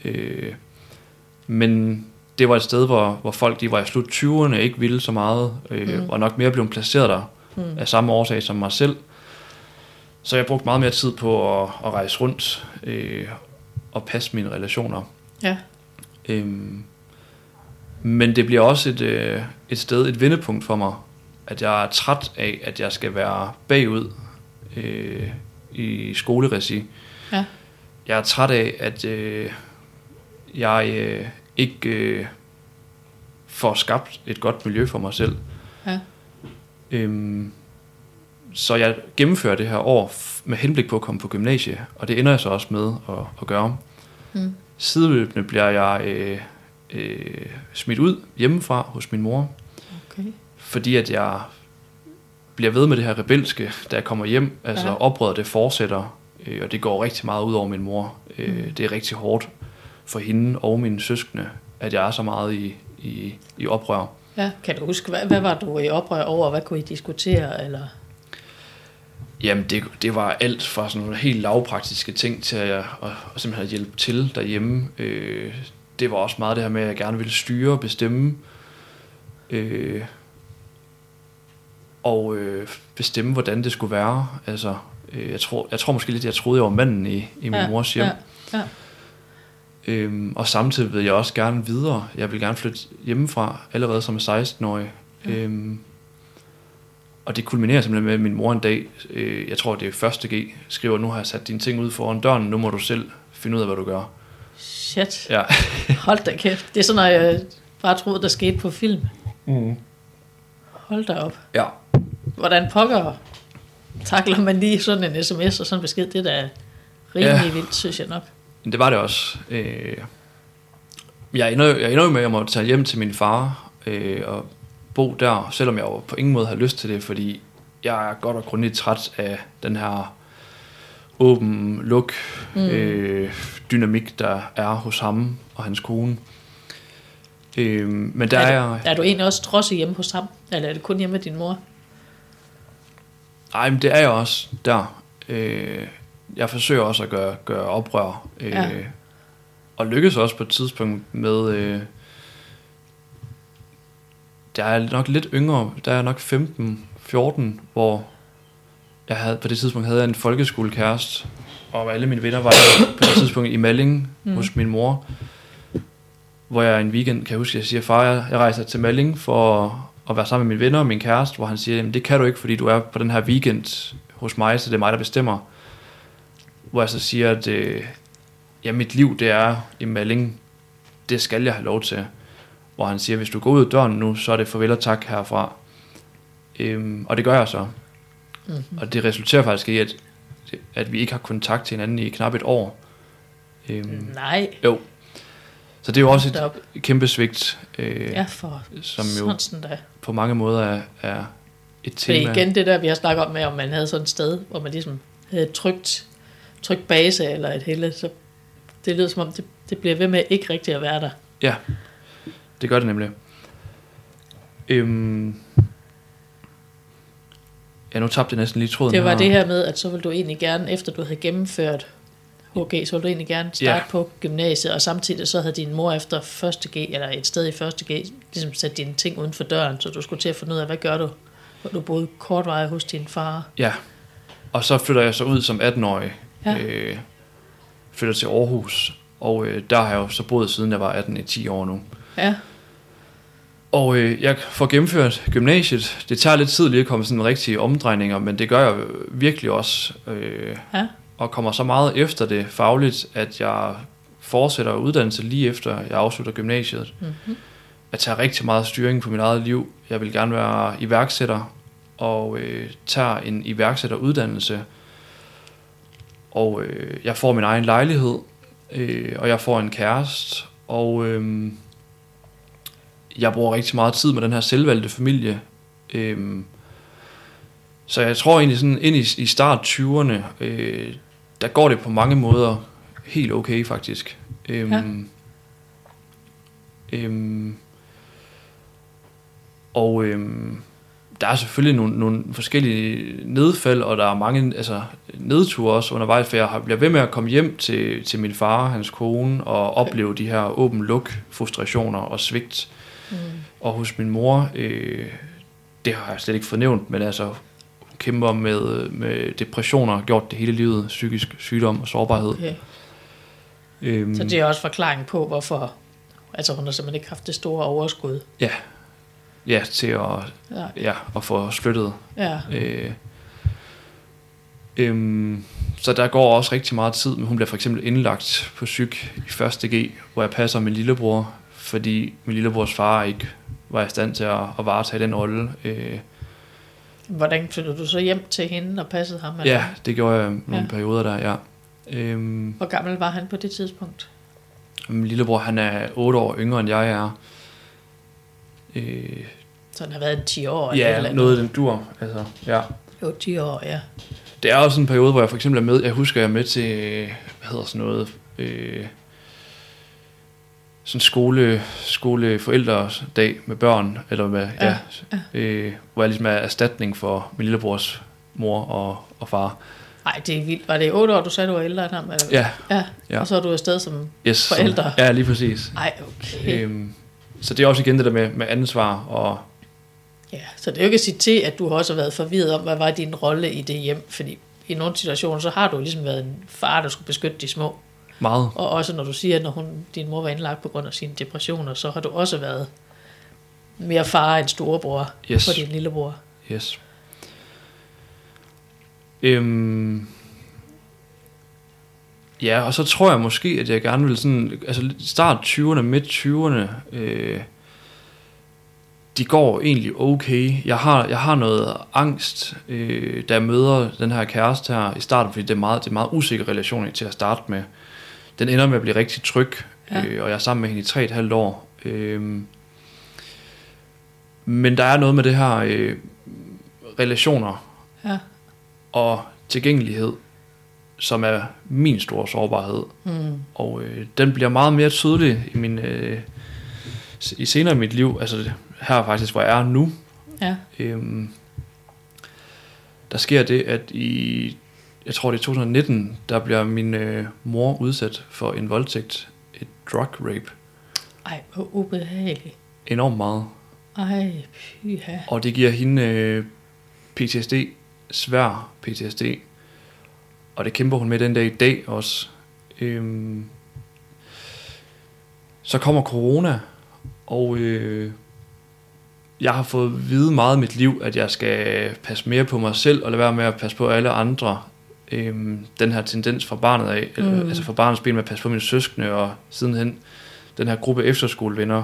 Men det var et sted, hvor folk, de var i slut 20'erne, ikke ville så meget, og nok mere blevet placeret der af samme årsag som mig selv. Så jeg brugte meget mere tid på at rejse rundt og passe mine relationer. Ja. Men det bliver også et sted, et vendepunkt for mig, at jeg er træt af, at jeg skal være bagud i skoleregi. Ja. Jeg er træt af, at jeg ikke får skabt et godt miljø for mig selv. Ja. Så jeg gennemfører det her år med henblik på at komme på gymnasie, og det ender jeg så også med at gøre. Sideløbende bliver jeg smidt ud hjemmefra hos min mor, fordi at jeg bliver ved med det her rebelske, da jeg kommer hjem. Altså oprøret, det fortsætter, og det går rigtig meget ud over min mor. Det er rigtig hårdt for hende og mine søskende, at jeg er så meget i oprør. Ja, kan du huske, hvad var du i oprør over? Hvad kunne I diskutere? Eller? Jamen, det var alt fra sådan nogle helt lavpraktiske ting til at simpelthen hjælpe til derhjemme. Det var også meget det her med, at jeg gerne ville styre og bestemme. Og bestemme, hvordan det skulle være. Altså, Jeg tror måske lidt, jeg troede, jeg var manden i min mors hjem. Og samtidig vil jeg også gerne videre. Jeg vil gerne flytte hjemmefra, allerede som 16-årig. Og det kulminerer simpelthen med, at min mor en dag, jeg tror det er 1. G, skriver, nu har jeg sat dine ting ud foran døren, nu må du selv finde ud af, hvad du gør. Shit. Ja. Hold da kæft. Det er sådan noget, jeg bare troede, der skete på film. Hold da op. Ja. Hvordan pokker takler man lige sådan en sms og sådan en besked? Det der er rimelig vildt, synes jeg nok. Det var det også. Jeg ender jo med, at jeg måtte tage hjem til min far og bo der, selvom jeg jo på ingen måde har lyst til det, fordi jeg er godt og grundigt træt af den her åben-luk dynamik, der er hos ham og hans kone. Men der er du egentlig også trodsig hjemme hos ham, eller er det kun hjemme med din mor? Nej, men det er jeg også der. Jeg forsøger også at gøre oprør, og lykkes også på et tidspunkt med... der er nok lidt yngre, der er nok 15-14, hvor på det tidspunkt havde jeg en folkeskolekæreste, og alle mine venner var der på det tidspunkt i Malling hos min mor, hvor jeg en weekend, kan jeg huske, jeg siger, far, jeg rejser til Malling for at være sammen med mine venner og min kæreste, hvor han siger, jamen det kan du ikke, fordi du er på den her weekend hos mig, så det er mig, der bestemmer. Hvor jeg så siger, at mit liv, det er i Malling, det skal jeg have lov til. Hvor han siger, hvis du går ud af døren nu, så er det farvel og tak herfra. Og det gør jeg så. Og det resulterer faktisk i, at vi ikke har kontakt til hinanden i knap et år. Nej. Jo. Så det er jo også et kæmpe svigt, som jo på mange måder er et tema. Det er igen det der, vi har snakket om med, om man havde sådan et sted, hvor man ligesom havde trygt base eller et hele, så det lyder som om, det bliver ved med ikke rigtigt at være der. Ja, det gør det nemlig. Ja, nu tabte jeg næsten lige tråden. Det var det her med, at så ville du egentlig gerne, efter du havde gennemført HG, så ville du egentlig gerne starte på gymnasiet, og samtidig så havde din mor efter 1. G, eller et sted i 1. G, ligesom sat dine ting uden for døren, så du skulle til at finde ud af, hvad gør du, hvor du boede kortvarigt hos din far. Ja, og så flytter jeg så ud som 18-årig, flytter til Aarhus, og der har jeg jo så boet siden jeg var 18 i 10 år nu. Ja. Og jeg får gennemført gymnasiet. Det tager lidt tid lige at komme sådan rigtige omdrejninger, men det gør jeg virkelig også. Og kommer så meget efter det fagligt, at jeg fortsætter uddannelse lige efter jeg afslutter gymnasiet. Jeg tager rigtig meget styring på mit eget liv. Jeg vil gerne være iværksætter, og tager en iværksætteruddannelse. Og jeg får min egen lejlighed, og jeg får en kæreste, og jeg bruger rigtig meget tid med den her selvvalgte familie. Så jeg tror egentlig sådan ind i start 20'erne, der går det på mange måder helt okay faktisk. Og der er selvfølgelig nogle forskellige nedfald, og der er mange nedture også undervejs, for jeg bliver ved med at komme hjem til min far, hans kone, og opleve de her åben-luk frustrationer og svigt. Og hos min mor, det har jeg slet ikke fornævnt, men altså kæmper med depressioner, gjort det hele livet, psykisk sygdom og sårbarhed. Okay. Så det er også forklaring på, hvorfor hun har simpelthen ikke haft det store overskud. Ja, til at få flyttet. Ja. Så der går også rigtig meget tid, men hun bliver for eksempel indlagt på psyk i 1. G, hvor jeg passer min lillebror, fordi min lillebrors far ikke var i stand til at varetage den rolle. Hvordan flyttede du så hjem til hende og passede ham? Eller? Ja, det gjorde jeg nogle perioder der, ja. Hvor gammel var han på det tidspunkt? Min lillebror, han er 8 år yngre end jeg er. Så han har været 10 år? Ja, eller noget af den dur. Altså, ja. Jo, 10 år, ja. Det er også en periode, hvor jeg for eksempel er med, jeg husker, jeg er med til, hvad hedder sådan noget, sådan skoleforældredag med børn, eller med, hvor jeg ligesom er erstatning for min lillebrors mor og far. Nej, det er vildt. Var det 8 år, du sagde, du var ældre end ham? Eller? Ja. Og så er du afsted som forældre? Ja, lige præcis. Nej, okay. Så det er også igen det der med ansvar og... Ja, så det er jo ikke at sige til, at du har også været forvirret om, hvad var din rolle i det hjem, fordi i nogle situationer, så har du ligesom været en far, der skulle beskytte de små. Meget. Og også når du siger, at når din mor var indlagt på grund af sine depressioner, så har du også været mere far end storebror for din lillebror. Yes. Ja, og så tror jeg måske, at jeg gerne vil sådan, altså start 20'erne, midt 20'erne, de går egentlig okay. Jeg har noget angst, da jeg møder den her kæreste her i starten, fordi det er meget usikker relation til at starte med. Den ender med at blive rigtig tryg, og jeg er sammen med hende i 3,5 år. Men der er noget med det her relationer og tilgængelighed, som er min store sårbarhed. Og den bliver meget mere tydelig i senere i mit liv, altså her faktisk, hvor jeg er nu. Der sker det, at jeg tror det er 2019, der bliver min mor udsat for en voldtægt, et drug rape. Ej, hvor ubehageligt. Enormt meget. Ej, pyha. Og det giver hende PTSD, svær PTSD. Og det kæmper hun med den dag i dag også. Så kommer corona, og jeg har fået at vide meget i mit liv, at jeg skal passe mere på mig selv, og lade være med at passe på alle andre. Den her tendens fra barnet af, altså fra barnets ben med at passe på mine søskende, og sidenhen den her gruppe efterskolevenner.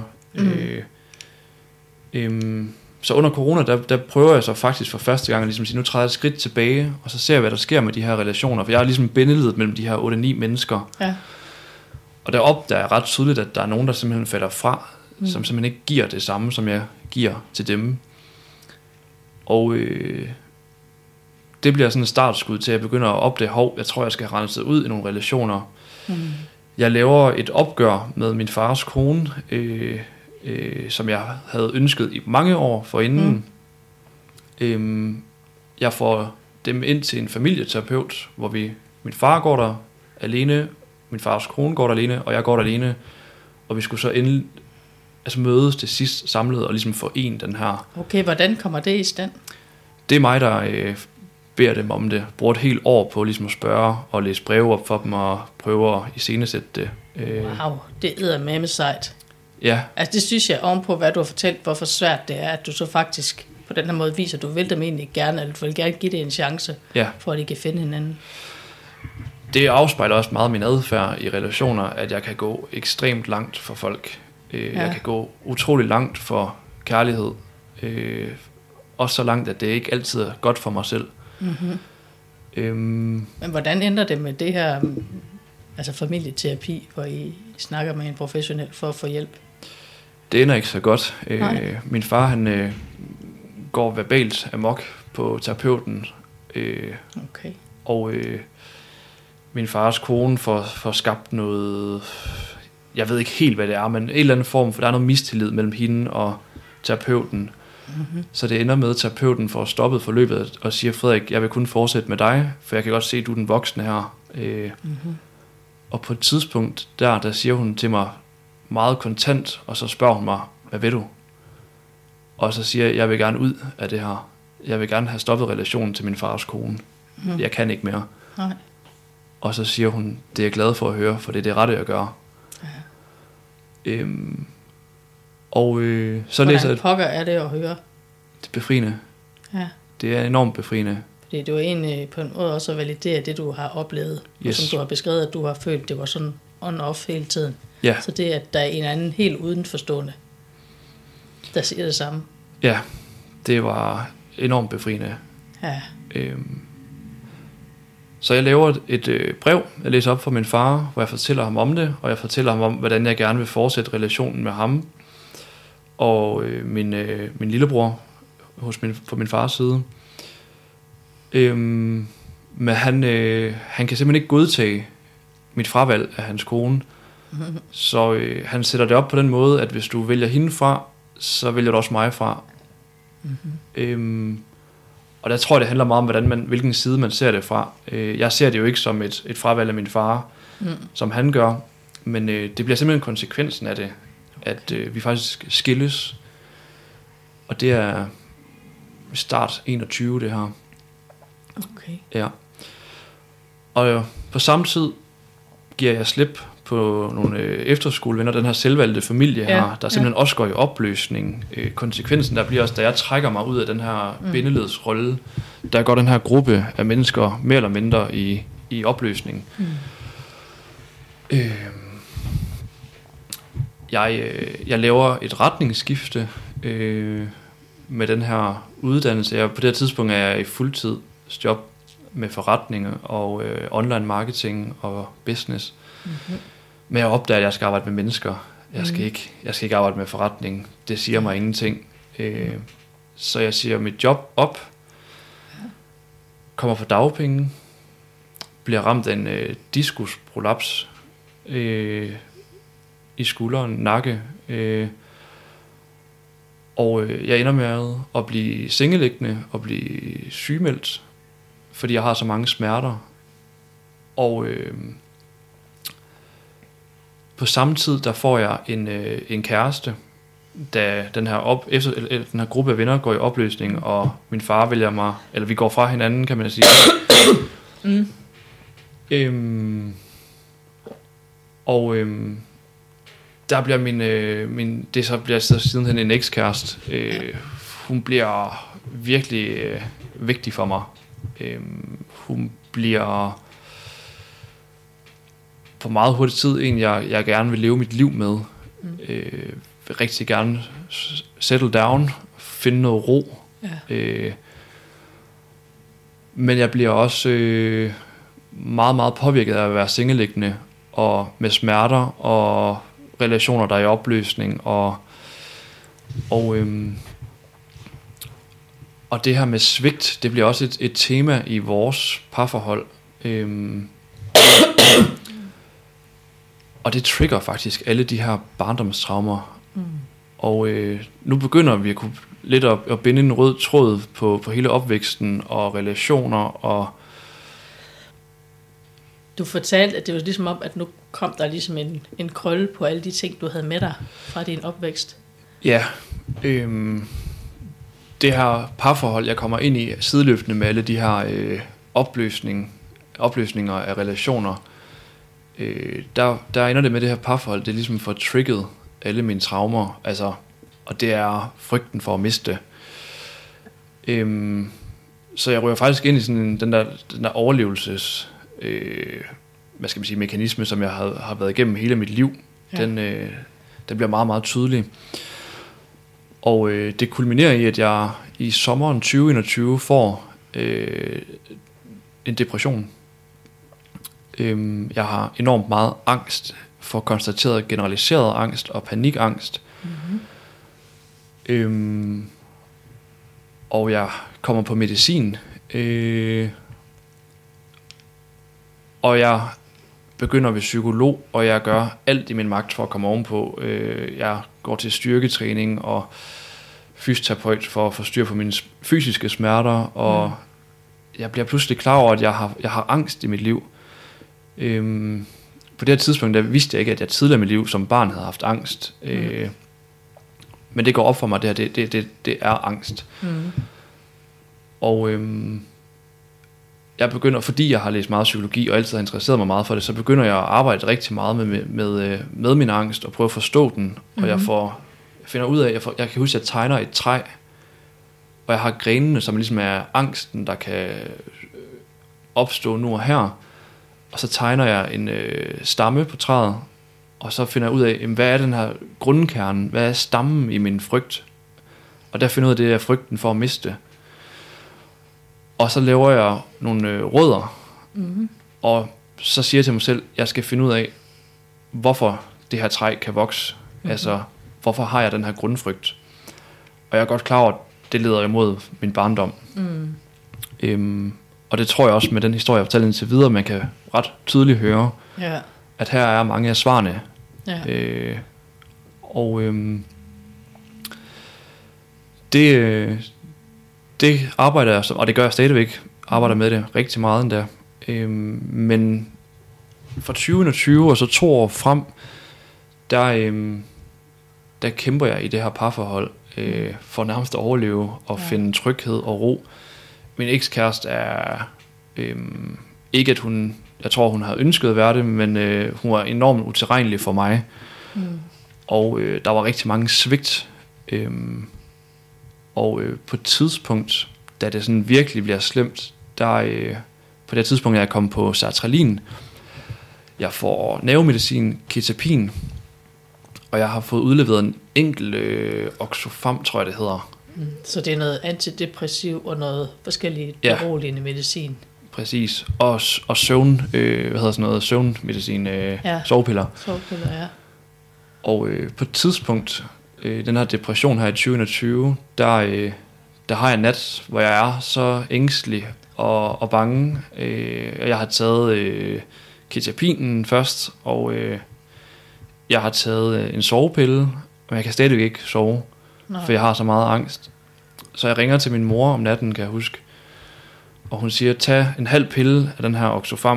Så under corona, der prøver jeg så faktisk for første gang at ligesom sige, nu træder jeg et skridt tilbage, og så ser jeg, hvad der sker med de her relationer, for jeg er ligesom bindeledet mellem de her 8-9 mennesker. Ja. Og der opdager jeg ret tydeligt, at der er nogen, der simpelthen falder fra, som simpelthen ikke giver det samme, som jeg giver til dem. Og det bliver sådan et startskud til, at jeg begynder at opdage, jeg tror, jeg skal have renset ud i nogle relationer. Jeg laver et opgør med min fars kone, som jeg havde ønsket i mange år forinden. Jeg får dem ind til en familieterapeut, hvor min far går der alene, min fars kone går der alene, og jeg går der alene, og vi skulle så mødes til sidst samlet og ligesom forene den her. Okay, hvordan kommer det i stand? Det er mig, der beder dem om det. Bruger et helt år på ligesom at spørge og læse breve op for dem og prøve at iscenesætte det. Wow, det eddermame sejt. Ja. Altså det synes jeg ovenpå, hvad du har fortalt, hvorfor svært det er, at du så faktisk på den her måde viser, at du vil dem egentlig gerne, eller du vil gerne give det en chance, for at de kan finde hinanden. Det afspejler også meget min adfærd i relationer, at jeg kan gå ekstremt langt for folk. Jeg kan gå utrolig langt for kærlighed. Også så langt, at det ikke altid er godt for mig selv. Men hvordan ender det med det her, altså familieterapi, hvor I snakker med en professionel for at få hjælp? Det ender ikke så godt. Min far, han går verbalt amok på terapeuten. Okay. Og min fars kone får skabt noget, jeg ved ikke helt, hvad det er, men en eller anden form, for der er noget mistillid mellem hende og terapeuten. Så det ender med, at terapeuten får stoppet forløbet og siger, Frederik, jeg vil kun fortsætte med dig, for jeg kan godt se, at du er den voksne her. Og på et tidspunkt, der siger hun til mig meget kontant, og så spørger hun mig, hvad vil du? Og så siger jeg vil gerne ud af det her. Jeg vil gerne have stoppet relationen til min fars kone. Jeg kan ikke mere. Nej. Og så siger hun, det er jeg glad for at høre, for det er det rette at gøre. Så læser jeg... pokker er det at høre? Det er befriende. Ja. Det er enormt befriende. Fordi det var egentlig på en måde også at validere det, du har oplevet. Yes. Og som du har beskrevet, at du har følt, det var sådan on-off hele tiden. Ja. Så det, at der er en anden helt udenforstående, der siger det samme. Ja, det var enormt befriende. Ja. Så jeg laver et brev, jeg læser op for min far, hvor jeg fortæller ham om det, og jeg fortæller ham om, hvordan jeg gerne vil fortsætte relationen med ham. Og min lillebror på min fars side. Men han kan simpelthen ikke godtage mit fravalg af hans kone. Så han sætter det op på den måde, at hvis du vælger hende fra, så vælger du også mig fra. Og der tror jeg, det handler meget om, hvilken side man ser det fra. Jeg ser det jo ikke som et fravalg af min far, som han gør. Men det bliver simpelthen konsekvensen af det, at vi faktisk skilles. Og det er start 21, det her. Okay. Ja. Og på samme tid giver jeg slip på nogle efterskolevenner, den her selvvalgte familie her, der simpelthen også går i opløsning. Konsekvensen der bliver også, da jeg trækker mig ud af den her bindeledsrolle, der går den her gruppe af mennesker mere eller mindre i opløsning. Jeg laver et retningsskifte med den her uddannelse. På det her tidspunkt er jeg i fuldtidsjob med forretninger og online marketing og business. Men jeg opdager, at jeg skal arbejde med mennesker. Jeg skal ikke arbejde med forretning. Det siger mig ingenting. Så jeg siger mit job op, kommer på dagpenge, bliver ramt af en diskusprolaps i skulderen, nakke, og jeg ender med at blive sengeliggende og blive sygemeldt, fordi jeg har så mange smerter. Og på samme tid der får jeg en kæreste, da den her gruppe af venner går i opløsning, og min far vælger mig, eller vi går fra hinanden, kan man sige. Der bliver det så bliver så sidenhen en ekskæreste. Hun bliver virkelig vigtig for mig. Hun bliver på meget hurtig tid en, jeg gerne vil leve mit liv med. Vil rigtig gerne settle down, finde noget ro. Men jeg bliver også meget, meget påvirket af at være sengeliggende, og med smerter og relationer, der er i opløsning, og det her med svigt, det bliver også et tema i vores parforhold. Og det trigger faktisk alle de her barndomstraumer. Og nu begynder vi at kunne lidt at binde en rød tråd på hele opvæksten og relationer. Og du fortalte, at det var ligesom om, at nu kom der ligesom en krølle på alle de ting, du havde med dig fra din opvækst. Ja, det her parforhold, jeg kommer ind i sideløbende med alle de her opløsninger af relationer, der ender det med det her parforhold, det er ligesom for trigget alle mine traumer, altså, og det er frygten for at miste. Så jeg ryger faktisk ind i sådan den der overlevelses hvad skal man sige, mekanisme, som jeg har været igennem hele mit liv. Den bliver meget, meget tydelig. Og det kulminerer i, at jeg i sommeren 2021 får en depression. Jeg har enormt meget angst, for konstateret generaliseret angst og panikangst. Og jeg kommer på medicin, og jeg begynder ved psykolog, og jeg gør alt i min magt for at komme ovenpå. Jeg går til styrketræning og fysioterapeut for at få styr på mine fysiske smerter, og jeg bliver pludselig klar over, at jeg har angst i mit liv. På det her tidspunkt, der vidste jeg ikke, at jeg tidligere i mit liv som barn havde haft angst. Men det går op for mig, det er angst. Og jeg begynder, fordi jeg har læst meget psykologi og altid har interesseret mig meget for det, så begynder jeg at arbejde rigtig meget med min angst og prøve at forstå den. Og jeg finder ud af, jeg kan huske, at jeg tegner et træ, og jeg har grenene, som ligesom er angsten, der kan opstå nu og her. Og så tegner jeg en stamme på træet, og så finder jeg ud af, hvad er den her grundkerne, hvad er stammen i min frygt? Og der finder jeg ud af, det er frygten for at miste. Og så laver jeg nogle rødder, og så siger jeg til mig selv, jeg skal finde ud af, hvorfor det her træ kan vokse. Altså, hvorfor har jeg den her grundfrygt? Og jeg er godt klar over, at det leder imod min barndom. Og det tror jeg også med den historie, jeg fortæller indtil videre, man kan ret tydeligt høre, at her er mange af svarene. Det arbejder jeg, og det gør jeg stadigvæk, arbejder med det rigtig meget endda. Men fra 2020 og så 2 år frem, der kæmper jeg i det her parforhold for nærmest at overleve og finde tryghed og ro. Min ekskæreste er ikke, at hun Jeg tror, hun har ønsket at være det, men hun var enormt utilregnelig for mig. Og der var rigtig mange svigt. På et tidspunkt, da det sådan virkelig bliver slemt, på det tidspunkt, jeg kom på sertralin, jeg får nervemedicin, ketapin, og jeg har fået udleveret en enkelt Oxofam, tror jeg det hedder. Så det er noget antidepressiv og noget forskellige beroligende medicin. Præcis. Og søvn, søvnmedicin, sovepiller. Sovepiller, ja. Og på et tidspunkt, den her depression her i 2021, der har jeg nat, hvor jeg er så ængstelig og bange. Jeg har taget ketapinen først, og jeg har taget en sovepille, men jeg kan stadig ikke sove, for jeg har så meget angst. Så jeg ringer til min mor om natten, kan jeg huske, og hun siger, tag en halv pille af den her Oxofam,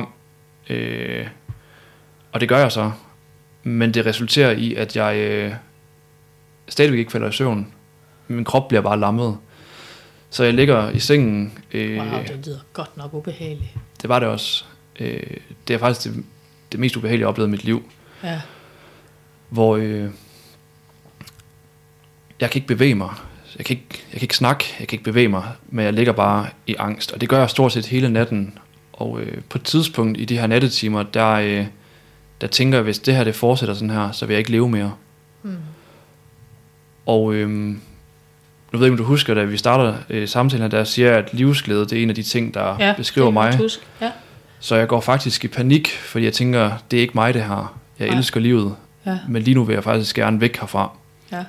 og det gør jeg så, men det resulterer i, at jeg stadigvæk ikke falder i søvn. Min krop bliver bare lammet. Så jeg ligger i sengen. Wow, det lyder godt nok ubehageligt. Det var det også. Det er faktisk det mest ubehagelige, jeg har oplevet i mit liv. Ja. Hvor jeg kan ikke bevæge mig. Jeg kan ikke snakke, jeg kan ikke bevæge mig, men jeg ligger bare i angst. Og det gør jeg stort set hele natten. Og på et tidspunkt i de her nattetimer, der tænker jeg, hvis det her det fortsætter sådan her, så vil jeg ikke leve mere. Og nu ved jeg ikke, om du husker, da vi starter samtalen her, der siger jeg, at livsglæde, det er en af de ting, der beskriver mig. Ja. Så jeg går faktisk i panik, fordi jeg tænker, det er ikke mig det her. Jeg elsker livet, men lige nu vil jeg faktisk gerne væk herfra. Ja.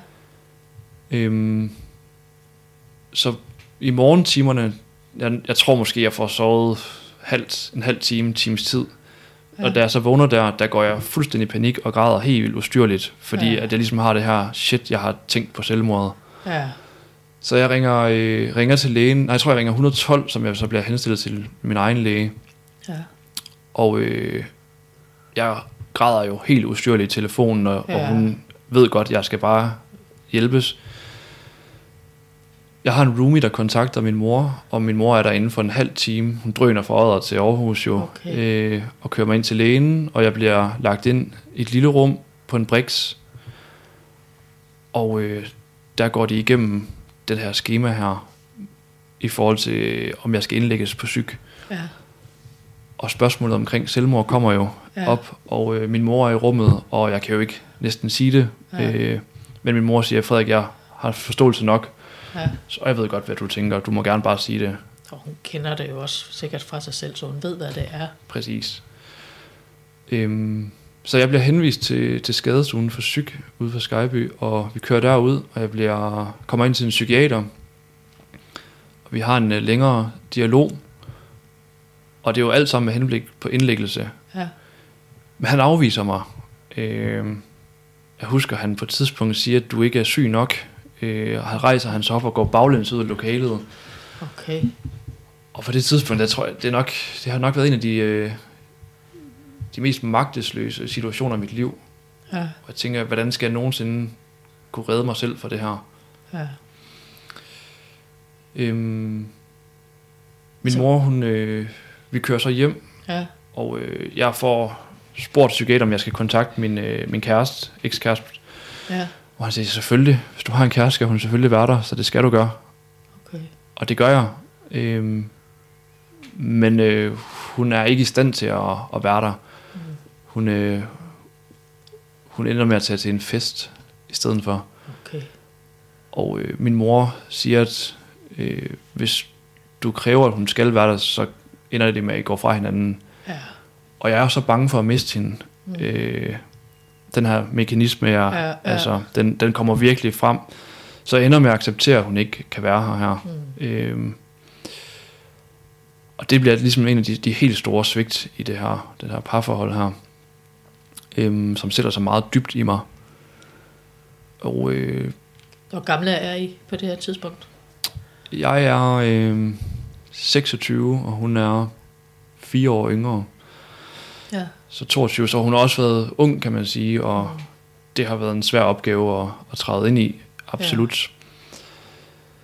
Så i morgentimerne, jeg tror måske, jeg får sovet en halv times tid. Ja. Og da jeg så vågner der går jeg fuldstændig i panik og græder helt vildt ustyrligt, fordi at jeg ligesom har det her, shit, jeg har tænkt på selvmordet. Ja. Så jeg ringer til lægen. Nej, jeg tror, jeg ringer 112, som jeg så bliver henstillet til min egen læge. Ja. Og jeg græder jo helt ustyrligt i telefonen, og hun ved godt, at jeg skal bare hjælpes. Jeg har en roomie, der kontakter min mor, og min mor er der inden for en halv time. Hun drøner fra Odder til Aarhus jo, og kører mig ind til lægen, og jeg bliver lagt ind i et lille rum på en briks. Og der går de igennem det her skema her, i forhold til, om jeg skal indlægges på psyk. Ja. Og spørgsmålet omkring selvmord kommer jo op, og min mor er i rummet, og jeg kan jo ikke næsten sige det. Ja. Men min mor siger, Frederik, jeg har forståelse nok. Ja. Så jeg ved godt, hvad du tænker. Du må gerne bare sige det. Og hun kender det jo også sikkert fra sig selv, så hun ved, hvad det er. Præcis. Så jeg bliver henvist til skadestuen for psyk ude for Skyby, og vi kører derud, og jeg kommer ind til en psykiater, og vi har en længere dialog, og det er jo alt sammen med henblik på indlæggelse. Ja. Men han afviser mig. Jeg husker, han på et tidspunkt siger, at du ikke er syg nok, og han rejser hans op og går baglæns ud af lokalet. Okay. Og på det tidspunkt, der tror jeg, det har nok været en af de mest magtesløse situationer i mit liv. Ja. Og jeg tænker, hvordan skal jeg nogensinde kunne redde mig selv fra det her? Ja. Min mor, vi kører så hjem, og jeg får spurgt psykiater, om jeg skal kontakte min kæreste, ekskæreste. Ja. Og han siger, selvfølgelig, hvis du har en kæreste, skal hun selvfølgelig være der, så det skal du gøre. Okay. Og det gør jeg. Men hun er ikke i stand til at være der. Hun ender med at tage til en fest i stedet for. Okay. Og min mor siger, at hvis du kræver, at hun skal være der, så ender det med, at I går fra hinanden. Ja. Og jeg er så bange for at miste hende. Den her mekanisme, altså, den kommer virkelig frem. Så jeg ender med at acceptere, at hun ikke kan være her. Og det bliver ligesom en af de helt store svigt i det her parforhold her, som sætter sig meget dybt i mig. Og hvor gamle er I på det her tidspunkt? Jeg er 26, og hun er 4 år yngre. Ja. Så 22, så hun har også været ung, kan man sige, og det har været en svær opgave at træde ind i, absolut.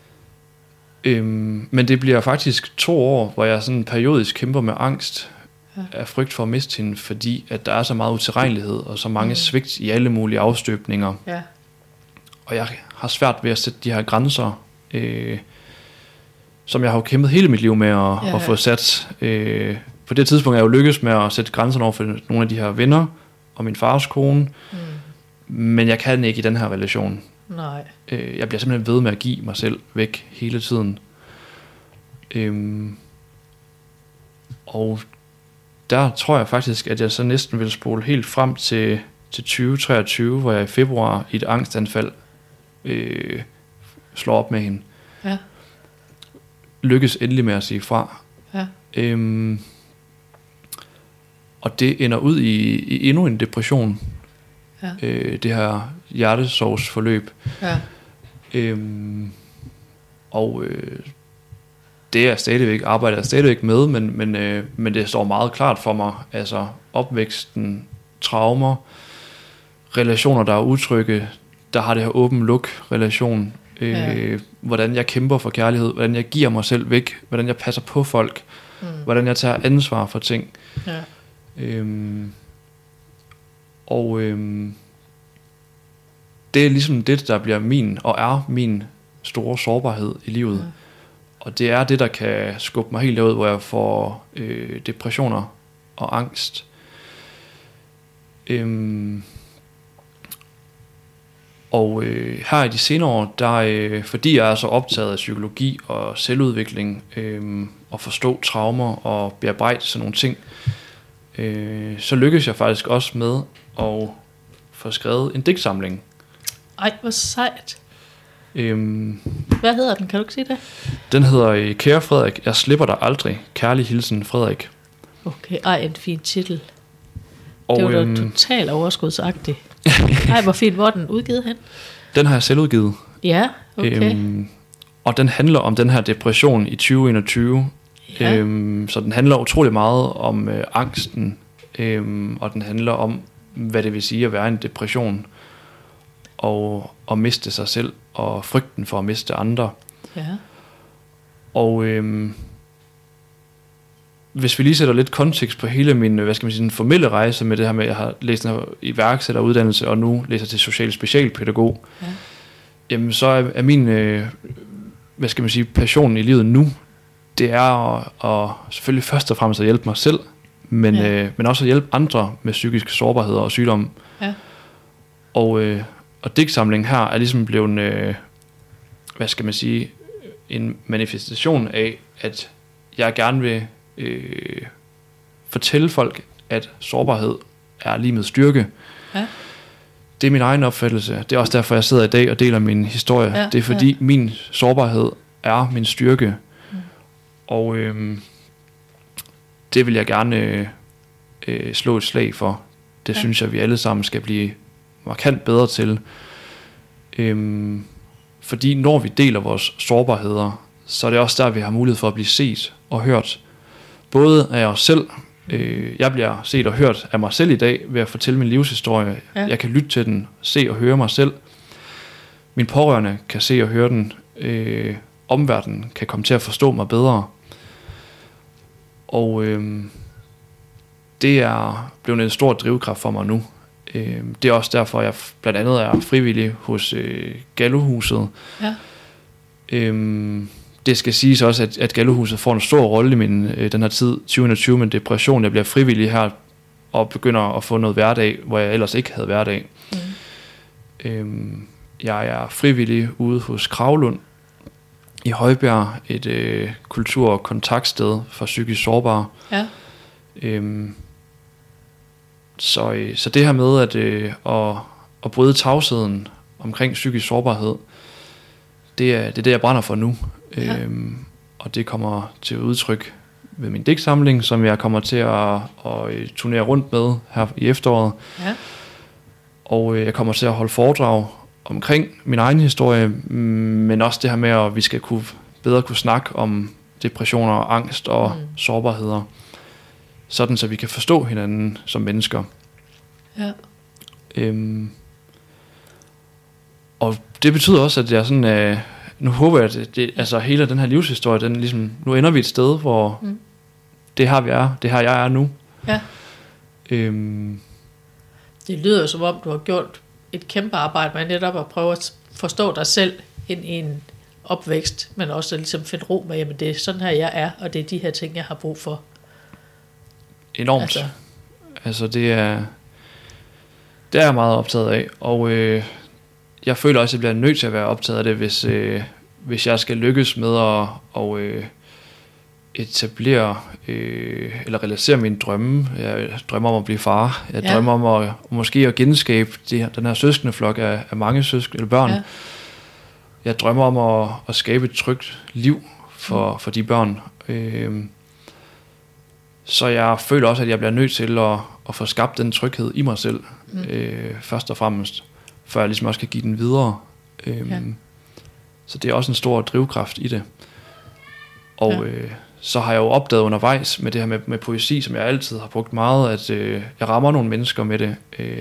Ja. Men det bliver faktisk 2 år, hvor jeg sådan periodisk kæmper med angst. af frygt for at miste hende, fordi at der er så meget utilregnelighed og så mange svigt i alle mulige afstøbninger. Ja. Og jeg har svært ved at sætte de her grænser, som jeg har jo kæmpet hele mit liv med at få sat. På det tidspunkt er jeg jo lykkedes med at sætte grænserne over for nogle af de her venner og min fars kone. Men jeg kan ikke i den her relation. Nej. Jeg bliver simpelthen ved med at give mig selv væk hele tiden. Og der tror jeg faktisk, at jeg så næsten vil spole helt frem til 2023, hvor jeg i februar i et angstanfald slår op med hende. Ja. Lykkes endelig med at sige fra. Ja. Og det ender ud i endnu en depression. Ja. Det her hjertesorgsforløb. Ja. Det er stadigvæk, arbejder jeg stadigvæk med, men det står meget klart for mig, altså opvæksten, traumer, relationer, der er utrygge, der har det her åben-luk relation, hvordan jeg kæmper for kærlighed, hvordan jeg giver mig selv væk, hvordan jeg passer på folk, hvordan jeg tager ansvar for ting. Ja. Det er ligesom det, der bliver min og er min store sårbarhed i livet. Ja. Og det er det, der kan skubbe mig helt derud, hvor jeg får depressioner og angst. Her i de senere år, der, fordi jeg er så optaget af psykologi og selvudvikling, og forstå traumer og bearbejde sådan nogle ting, så lykkes jeg faktisk også med at få skrevet en digtsamling. Ej, hvor sejt. Hvad hedder den? Kan du ikke sige det? Den hedder Kære Frederik, jeg slipper dig aldrig. Kærlig hilsen, Frederik. Okay, ej, en fin titel. Det var da totalt overskudsagtigt. Ej, hvor fint. Hvor er den udgivet hen? Den har jeg selv udgivet. Ja, okay. Og den handler om den her depression i 2021. Ja. Så den handler utrolig meget om angsten, og den handler om, hvad det vil sige at være en depression, og at miste sig selv, og frygten for at miste andre. Ja. Og hvis vi lige sætter lidt kontekst på hele min, den formelle rejse med det her med, at jeg har læst en iværksætteruddannelse, og nu læser til social specialpædagog, jamen så er min, passion i livet nu, det er at selvfølgelig først og fremmest at hjælpe mig selv, men også at hjælpe andre med psykiske sårbarheder og sygdomme. Ja. Og digtsamlingen her er ligesom blevet, en manifestation af, at jeg gerne vil fortælle folk, at sårbarhed er lige med styrke. Ja. Det er min egen opfattelse. Det er også derfor, jeg sidder i dag og deler min historie. Ja, det er fordi min sårbarhed er min styrke. Og det vil jeg gerne slå et slag for. Det synes jeg, vi alle sammen skal blive markant bedre til. Fordi når vi deler vores sårbarheder, så er det også der, vi har mulighed for at blive set og hørt. Både af os selv. Jeg bliver set og hørt af mig selv i dag ved at fortælle min livshistorie. Ja. Jeg kan lytte til den, se og høre mig selv. Min pårørende kan se og høre den. Omverdenen kan komme til at forstå mig bedre. Og det er blevet en stor drivkraft for mig nu. Det er også derfor, jeg blandt andet er frivillig hos Gallohuset. Ja. Det skal siges også, at Gallohuset får en stor rolle i den her tid, 2020, med depression. Jeg bliver frivillig her og begynder at få noget hverdag, hvor jeg ellers ikke havde hverdag. Jeg er frivillig ude hos Kravlund i Højbjerg, et kultur- og kontaktsted for psykisk sårbare. Ja. Så det her med at bryde tavsheden omkring psykisk sårbarhed, det er det, jeg brænder for nu. Ja. Og det kommer til udtryk ved min digtsamling, som jeg kommer til at turnere rundt med her i efteråret. Ja. Og jeg kommer til at holde foredrag omkring min egen historie, men også det her med, at vi skal bedre kunne snakke om depressioner, angst og sårbarheder, sådan så vi kan forstå hinanden som mennesker. Ja. Og det betyder også, at jeg sådan, nu håber jeg, at altså hele den her livshistorie, den ligesom, nu ender vi et sted, hvor det her vi er, det her jeg er nu. Ja. Øhm, Det lyder jo som om, du har gjort et kæmpe arbejde med netop at prøve at forstå dig selv ind i en opvækst, men også at ligesom finde ro med, jamen det er sådan her, jeg er, og det er de her ting, jeg har brug for. Enormt. Altså det er jeg meget optaget af, og jeg føler også, at jeg bliver nødt til at være optaget af det, hvis jeg skal lykkes med at etablere eller realisere mine drømme. Jeg drømmer om at blive far. Jeg drømmer om at måske at genskabe den her søskendeflok af mange søskende eller børn. Ja. Jeg drømmer om at skabe et trygt liv for de børn. Så jeg føler også, at jeg bliver nødt til at få skabt den tryghed i mig selv, først og fremmest, før jeg ligesom også kan give den videre. Så det er også en stor drivkraft i det. Og så har jeg jo opdaget undervejs med det her med poesi, som jeg altid har brugt meget, at jeg rammer nogle mennesker med det.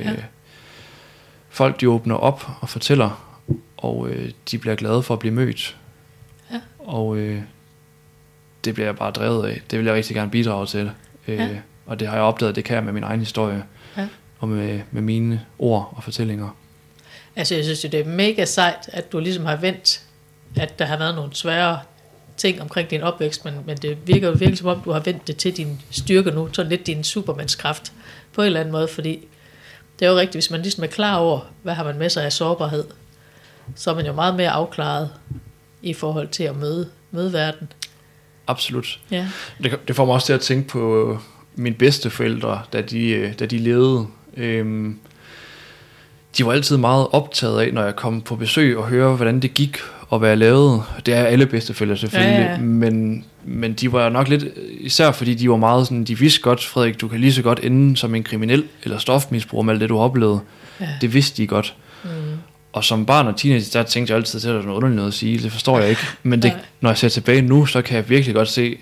Folk, de åbner op og fortæller, og de bliver glade for at blive mødt. Ja. Og det bliver jeg bare drevet af. Det vil jeg rigtig gerne bidrage til. Og det har jeg opdaget, det kan jeg med min egen historie. Ja. Og med mine ord og fortællinger. Altså jeg synes jo, det er mega sejt, at du ligesom har vendt, at der har været nogle svære ting omkring din opvækst, men det virker jo virkelig som om, du har vendt det til din styrke nu, sådan lidt din supermandskraft på en eller anden måde, fordi det er jo rigtigt, hvis man ligesom er klar over, hvad har man med sig af sårbarhed, så er man jo meget mere afklaret i forhold til at møde verden. Absolut. Ja. Det får mig også til at tænke på mine bedsteforældre, da de levede. De var altid meget optaget af, når jeg kom på besøg og høre, hvordan det gik og hvad jeg lavede. Det er alle bedsteforældre selvfølgelig, ja. Men de var nok lidt, især fordi de var meget sådan, de vidste godt, Frederik, du kan lige så godt ende som en kriminel eller stofmisbruger med alt det, du har oplevet. Ja. Det vidste de godt. Og som barn og teenager, der tænkte jeg altid, at det er noget underligt noget at sige. Det forstår jeg ikke. Men det, når jeg ser tilbage nu, så kan jeg virkelig godt se,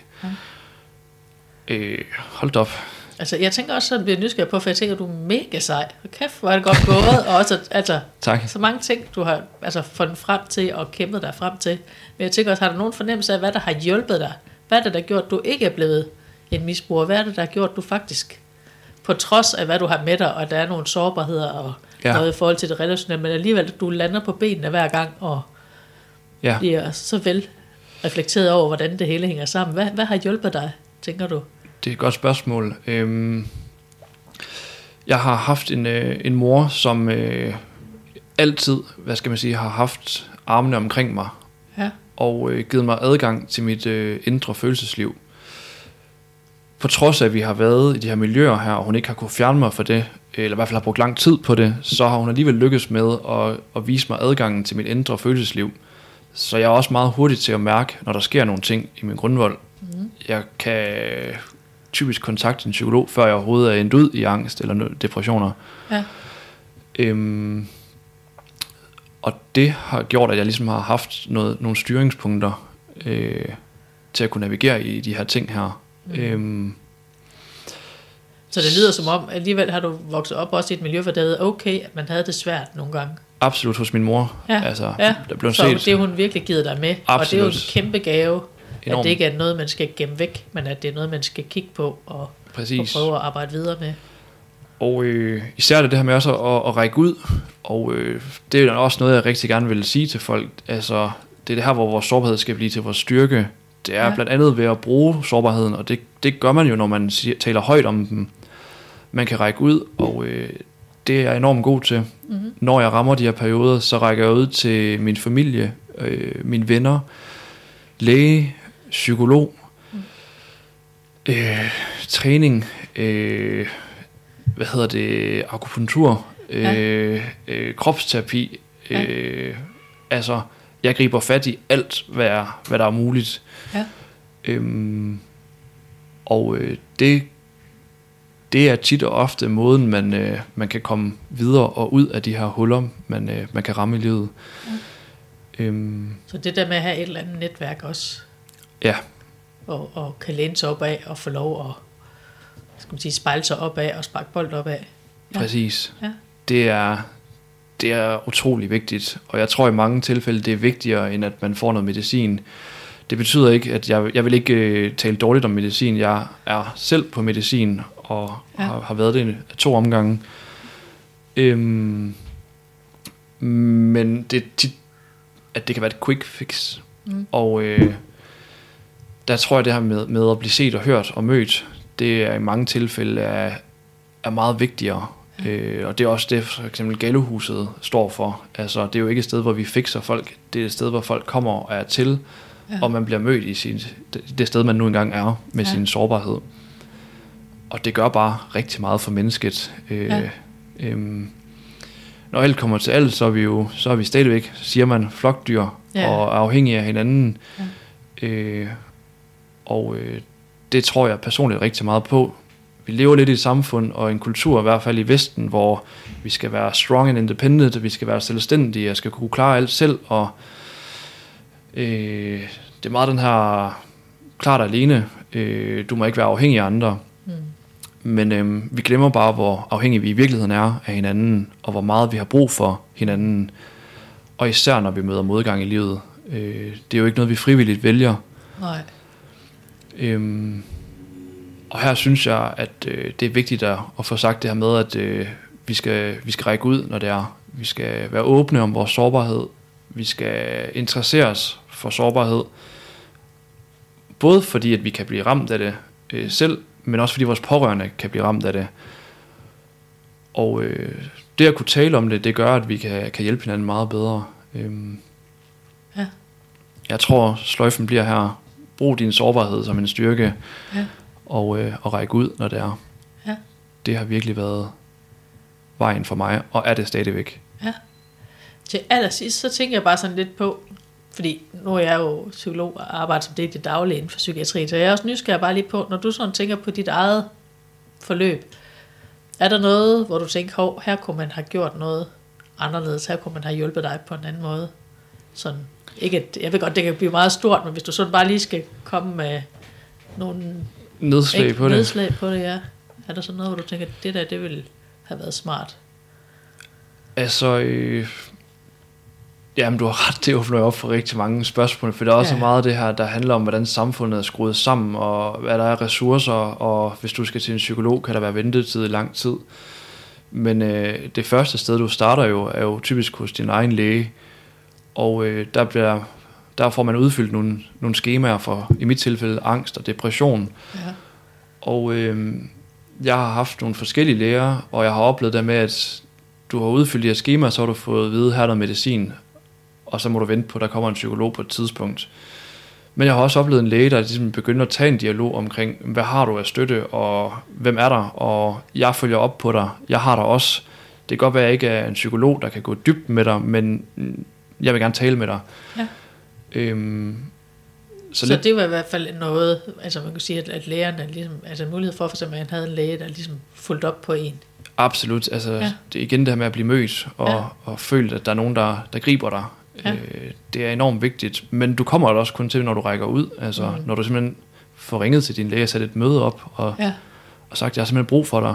hold op. Altså, jeg tænker også sådan, bliver nysgerrig på, for jeg tænker, du er mega sej. Kæft, hvor er det godt gået, og også, altså, så mange ting, du har fundet frem til og kæmpet dig frem til. Men jeg tænker også, har du nogen fornemmelse af, hvad der har hjulpet dig? Hvad er det, der har gjort, du ikke er blevet en misbruger? Hvad er det, der har gjort, du faktisk, på trods af, hvad du har med dig, og der er nogle sårbarheder og noget i forhold til det relationelle, men alligevel, du lander på benene hver gang, og bliver så vel reflekteret over, hvordan det hele hænger sammen. Hvad har hjulpet dig, tænker du? Det er et godt spørgsmål. Jeg har haft en mor, som altid, har haft armene omkring mig, og givet mig adgang til mit indre følelsesliv. På trods af, at vi har været i de her miljøer her, og hun ikke har kunne fjerne mig for det, eller i hvert fald har brugt lang tid på det, så har hun alligevel lykkes med at vise mig adgangen til mit indre følelsesliv. Så jeg er også meget hurtig til at mærke, når der sker nogle ting i min grundvold. Jeg kan typisk kontakte en psykolog, før jeg overhovedet er endt ud i angst eller depressioner. Ja. Og det har gjort, at jeg ligesom har haft nogle styringspunkter til at kunne navigere i de her ting her. Så det lyder som om, alligevel har du vokset op også i et miljø, hvor det er okay, at man havde det svært nogle gange. Absolut, hos min mor. Der blev så set. Det hun virkelig givet dig med. Absolut. Og det er jo en kæmpe gave. Enormt. At det ikke er noget, man skal gemme væk, men at det er noget, man skal kigge på og prøve at arbejde videre med. Og især det her med også at række ud, og det er også noget, jeg rigtig gerne vil sige til folk. Altså, det er det her, hvor vores sårbarhed skal blive til vores styrke. Det er blandt andet ved at bruge sårbarheden, og det gør man jo, når man taler højt om dem. Man kan række ud, og det er jeg enormt god til. Når jeg rammer de her perioder, så rækker jeg ud til min familie, mine venner, læge, psykolog, træning, akupunktur, kropsterapi. Altså, jeg griber fat i alt, hvad der er muligt. Og det er tit og ofte måden, man kan komme videre og ud af de her huller, man kan ramme i livet. Så det der med at have et eller andet netværk også. Ja. Og kan læne sig op af og få lov at spejle sig op af og sparke bold op af. Ja. Præcis. Ja. Det er utrolig vigtigt, og jeg tror i mange tilfælde, det er vigtigere, end at man får noget medicin. Det betyder ikke, at jeg vil ikke tale dårligt om medicin. Jeg er selv på medicin, og har været det 2 omgange. Men det er tit, at det kan være et quick fix. Og der tror jeg, det her med at blive set og hørt og mødt, det er i mange tilfælde er meget vigtigere. Og det er også det, for eksempel Gallohuset står for. Altså, det er jo ikke et sted, hvor vi fikser folk. Det er et sted, hvor folk kommer og er til, og man bliver mødt i det sted, man nu engang er med sin sårbarhed. Og det gør bare rigtig meget for mennesket. Når alt kommer til alt, så er vi stadigvæk, siger man, flokdyr og er afhængige af hinanden. Det tror jeg personligt rigtig meget på. Vi lever lidt i et samfund og en kultur, i hvert fald i Vesten, hvor vi skal være strong and independent, vi skal være selvstændige, og skal kunne klare alt selv, og det er meget den her klart alene, du må ikke være afhængig af andre. Men vi glemmer bare, hvor afhængige vi i virkeligheden er af hinanden, og hvor meget vi har brug for hinanden, og især når vi møder modgang i livet. Det er jo ikke noget, vi frivilligt vælger. Nej. Og her synes jeg, at det er vigtigt at få sagt det her med, at vi skal række ud, når det er. Vi skal være åbne om vores sårbarhed. Vi skal interessere os for sårbarhed. Både fordi, at vi kan blive ramt af det selv, men også fordi vores pårørende kan blive ramt af det. Og det at kunne tale om det gør, at vi kan hjælpe hinanden meget bedre. Jeg tror, sløjfen bliver her. Brug din sårbarhed som en styrke. Og række ud, når det er. Det har virkelig været vejen for mig, og er det stadigvæk. Til allersidst, så tænker jeg bare sådan lidt på, fordi nu er jeg jo psykolog og arbejder som det i det daglige inden for psykiatri, så jeg er også nysgerrig bare lige på, når du sådan tænker på dit eget forløb, er der noget, hvor du tænker, her kunne man have gjort noget anderledes, her kunne man have hjulpet dig på en anden måde? Sådan, ikke, jeg ved godt, det kan blive meget stort, men hvis du sådan bare lige skal komme med nogle nedslag på det, ja. Er der sådan noget, hvor du tænker, det ville have været smart? Altså, jamen du har ret til at åbne op for rigtig mange spørgsmål, for der er også meget af det her, der handler om, hvordan samfundet er skruet sammen, og hvad der er ressourcer, og hvis du skal til en psykolog, kan der være ventetid i lang tid. Men det første sted, du starter er jo typisk hos din egen læge, og der får man udfyldt nogle skemaer for, i mit tilfælde, angst og depression. Og jeg har haft nogle forskellige læger, og jeg har oplevet det med, at du har udfyldt de her skemaer, så har du fået at vide, her er noget medicin, og så må du vente på, at der kommer en psykolog på et tidspunkt. Men jeg har også oplevet en læge, der ligesom begynder at tage en dialog omkring, hvad har du af støtte, og hvem er der, og jeg følger op på dig, jeg har dig også. Det kan godt være, at jeg ikke er en psykolog, der kan gå dybt med dig, men jeg vil gerne tale med dig. Så det var i hvert fald noget, altså man kan sige, at lægerne ligesom, altså mulighed for eksempel, at man havde en læge, der ligesom fulgte op på en. Absolut, altså det er igen det her med at blive mødt, og føle, at der er nogen, der griber dig. Det er enormt vigtigt, men du kommer også kun til, når du rækker ud, altså når du simpelthen får ringet til din læge og sat et møde op, og sagt, jeg har simpelthen brug for dig.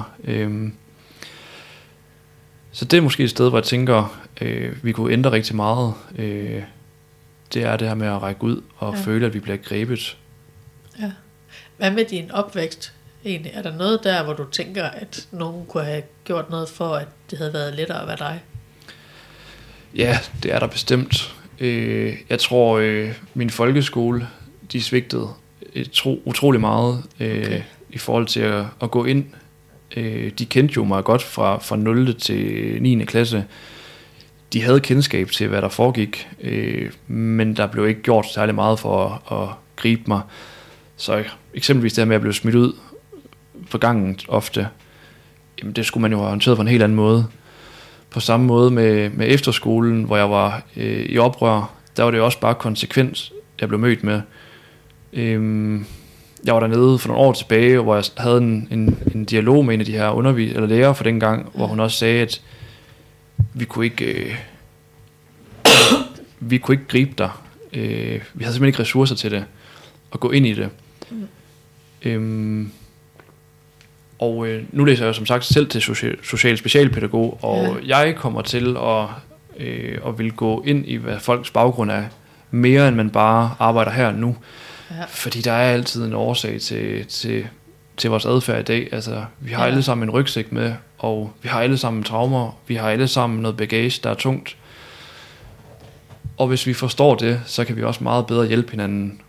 Så det er måske et sted, hvor jeg tænker, vi kunne ændre rigtig meget. Det er det her med at række ud og føle, at vi bliver grebet. Hvad med din opvækst egentlig? Er der noget der, hvor du tænker, at nogen kunne have gjort noget for, at det havde været lettere at være dig? Ja, det er der bestemt. Jeg tror, min folkeskole, de svigtede utrolig meget i forhold til at gå ind. De kendte jo mig godt fra 0. til 9. klasse. De havde kendskab til, hvad der foregik, men der blev ikke gjort særlig meget for at gribe mig. Så eksempelvis det her med at blive smidt ud på gangen ofte, jamen det skulle man jo have håndteret på en helt anden måde. På samme måde med efterskolen, hvor jeg var i oprør, der var det også bare konsekvens, jeg blev mødt med. Jeg var dernede for nogle år tilbage, hvor jeg havde en dialog med en af de her lærere for den gang, hvor hun også sagde, at vi kunne ikke gribe dig. Vi havde simpelthen ikke ressourcer til det, at gå ind i det. Nu læser jeg som sagt selv til social specialpædagog, og jeg kommer til at vil gå ind i, hvad folks baggrund er, mere end man bare arbejder her nu. Fordi der er altid en årsag til til vores adfærd i dag. Altså, vi har alle sammen en rygsæk med, og vi har alle sammen traumer, vi har alle sammen noget bagage, der er tungt. Og hvis vi forstår det, så kan vi også meget bedre hjælpe hinanden.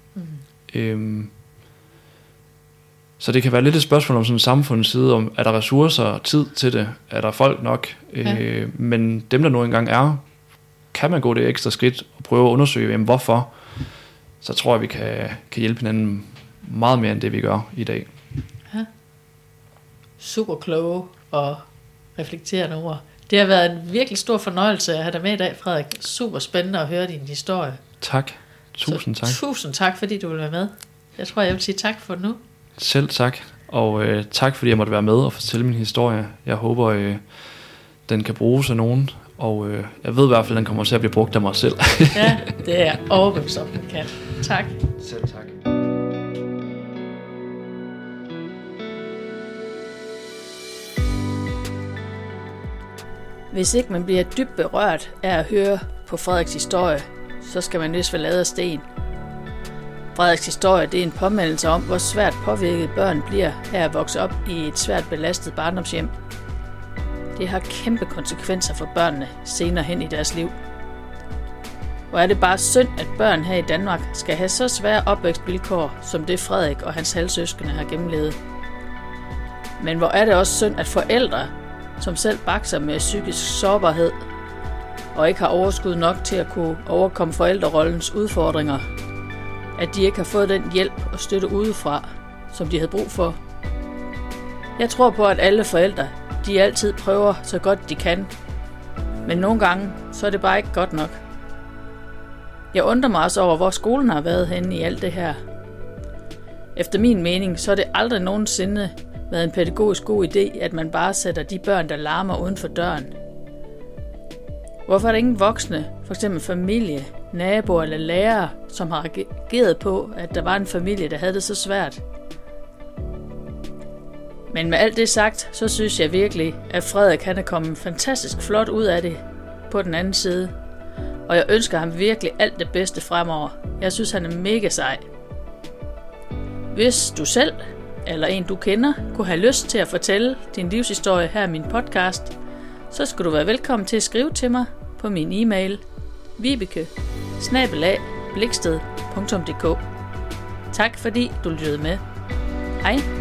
Så det kan være lidt et spørgsmål om sådan samfundets side, om er der ressourcer og tid til det? Er der folk nok? Men dem, der nu engang er, kan man gå det ekstra skridt og prøve at undersøge, hvorfor, så tror jeg, vi kan hjælpe hinanden meget mere end det, vi gør i dag. Ja. Super kloge og reflekterende ord. Det har været en virkelig stor fornøjelse at have dig med i dag, Frederik. Super spændende at høre din historie. Tak. Tusind tak. Tusind tak, fordi du vil være med. Jeg tror, jeg vil sige tak for nu. Selv tak. Og tak, fordi jeg måtte være med og fortælle min historie. Jeg håber, den kan bruges af nogen. Og jeg ved i hvert fald, at den kommer til at blive brugt af mig selv. Ja, det er overbevist om, den kan. Tak. Selv tak. Hvis ikke man bliver dybt berørt af at høre på Frederiks historie, så skal man vist være lavet af sten. Frederiks historie, det er en påmeldelse om, hvor svært påvirket børn bliver af at vokse op i et svært belastet barndomshjem. Det har kæmpe konsekvenser for børnene senere hen i deres liv. Hvor er det bare synd, at børn her i Danmark skal have så svære opvækstvilkår, som det Frederik og hans halvsøskende har gennemlevet. Men hvor er det også synd, at forældre, som selv bakser med psykisk sårbarhed, og ikke har overskud nok til at kunne overkomme forældrerollens udfordringer, at de ikke har fået den hjælp og støtte udefra, som de havde brug for. Jeg tror på, at alle forældre, de altid prøver så godt de kan, men nogle gange, så er det bare ikke godt nok. Jeg undrer mig også over, hvor skolen har været henne i alt det her. Efter min mening, så er det aldrig nogensinde været en pædagogisk god idé, at man bare sætter de børn, der larmer uden for døren. Hvorfor er der ingen voksne, f.eks. familie, naboer eller lærere, som har reageret på, at der var en familie, der havde det så svært? Men med alt det sagt, så synes jeg virkelig, at Frederik han er kommet fantastisk flot ud af det på den anden side. Og jeg ønsker ham virkelig alt det bedste fremover. Jeg synes, han er mega sej. Hvis du selv, eller en du kender, kunne have lyst til at fortælle din livshistorie her i min podcast, så skal du være velkommen til at skrive til mig på min e-mail vibeke@bliksted.dk. Tak fordi du lyttede med. Hej.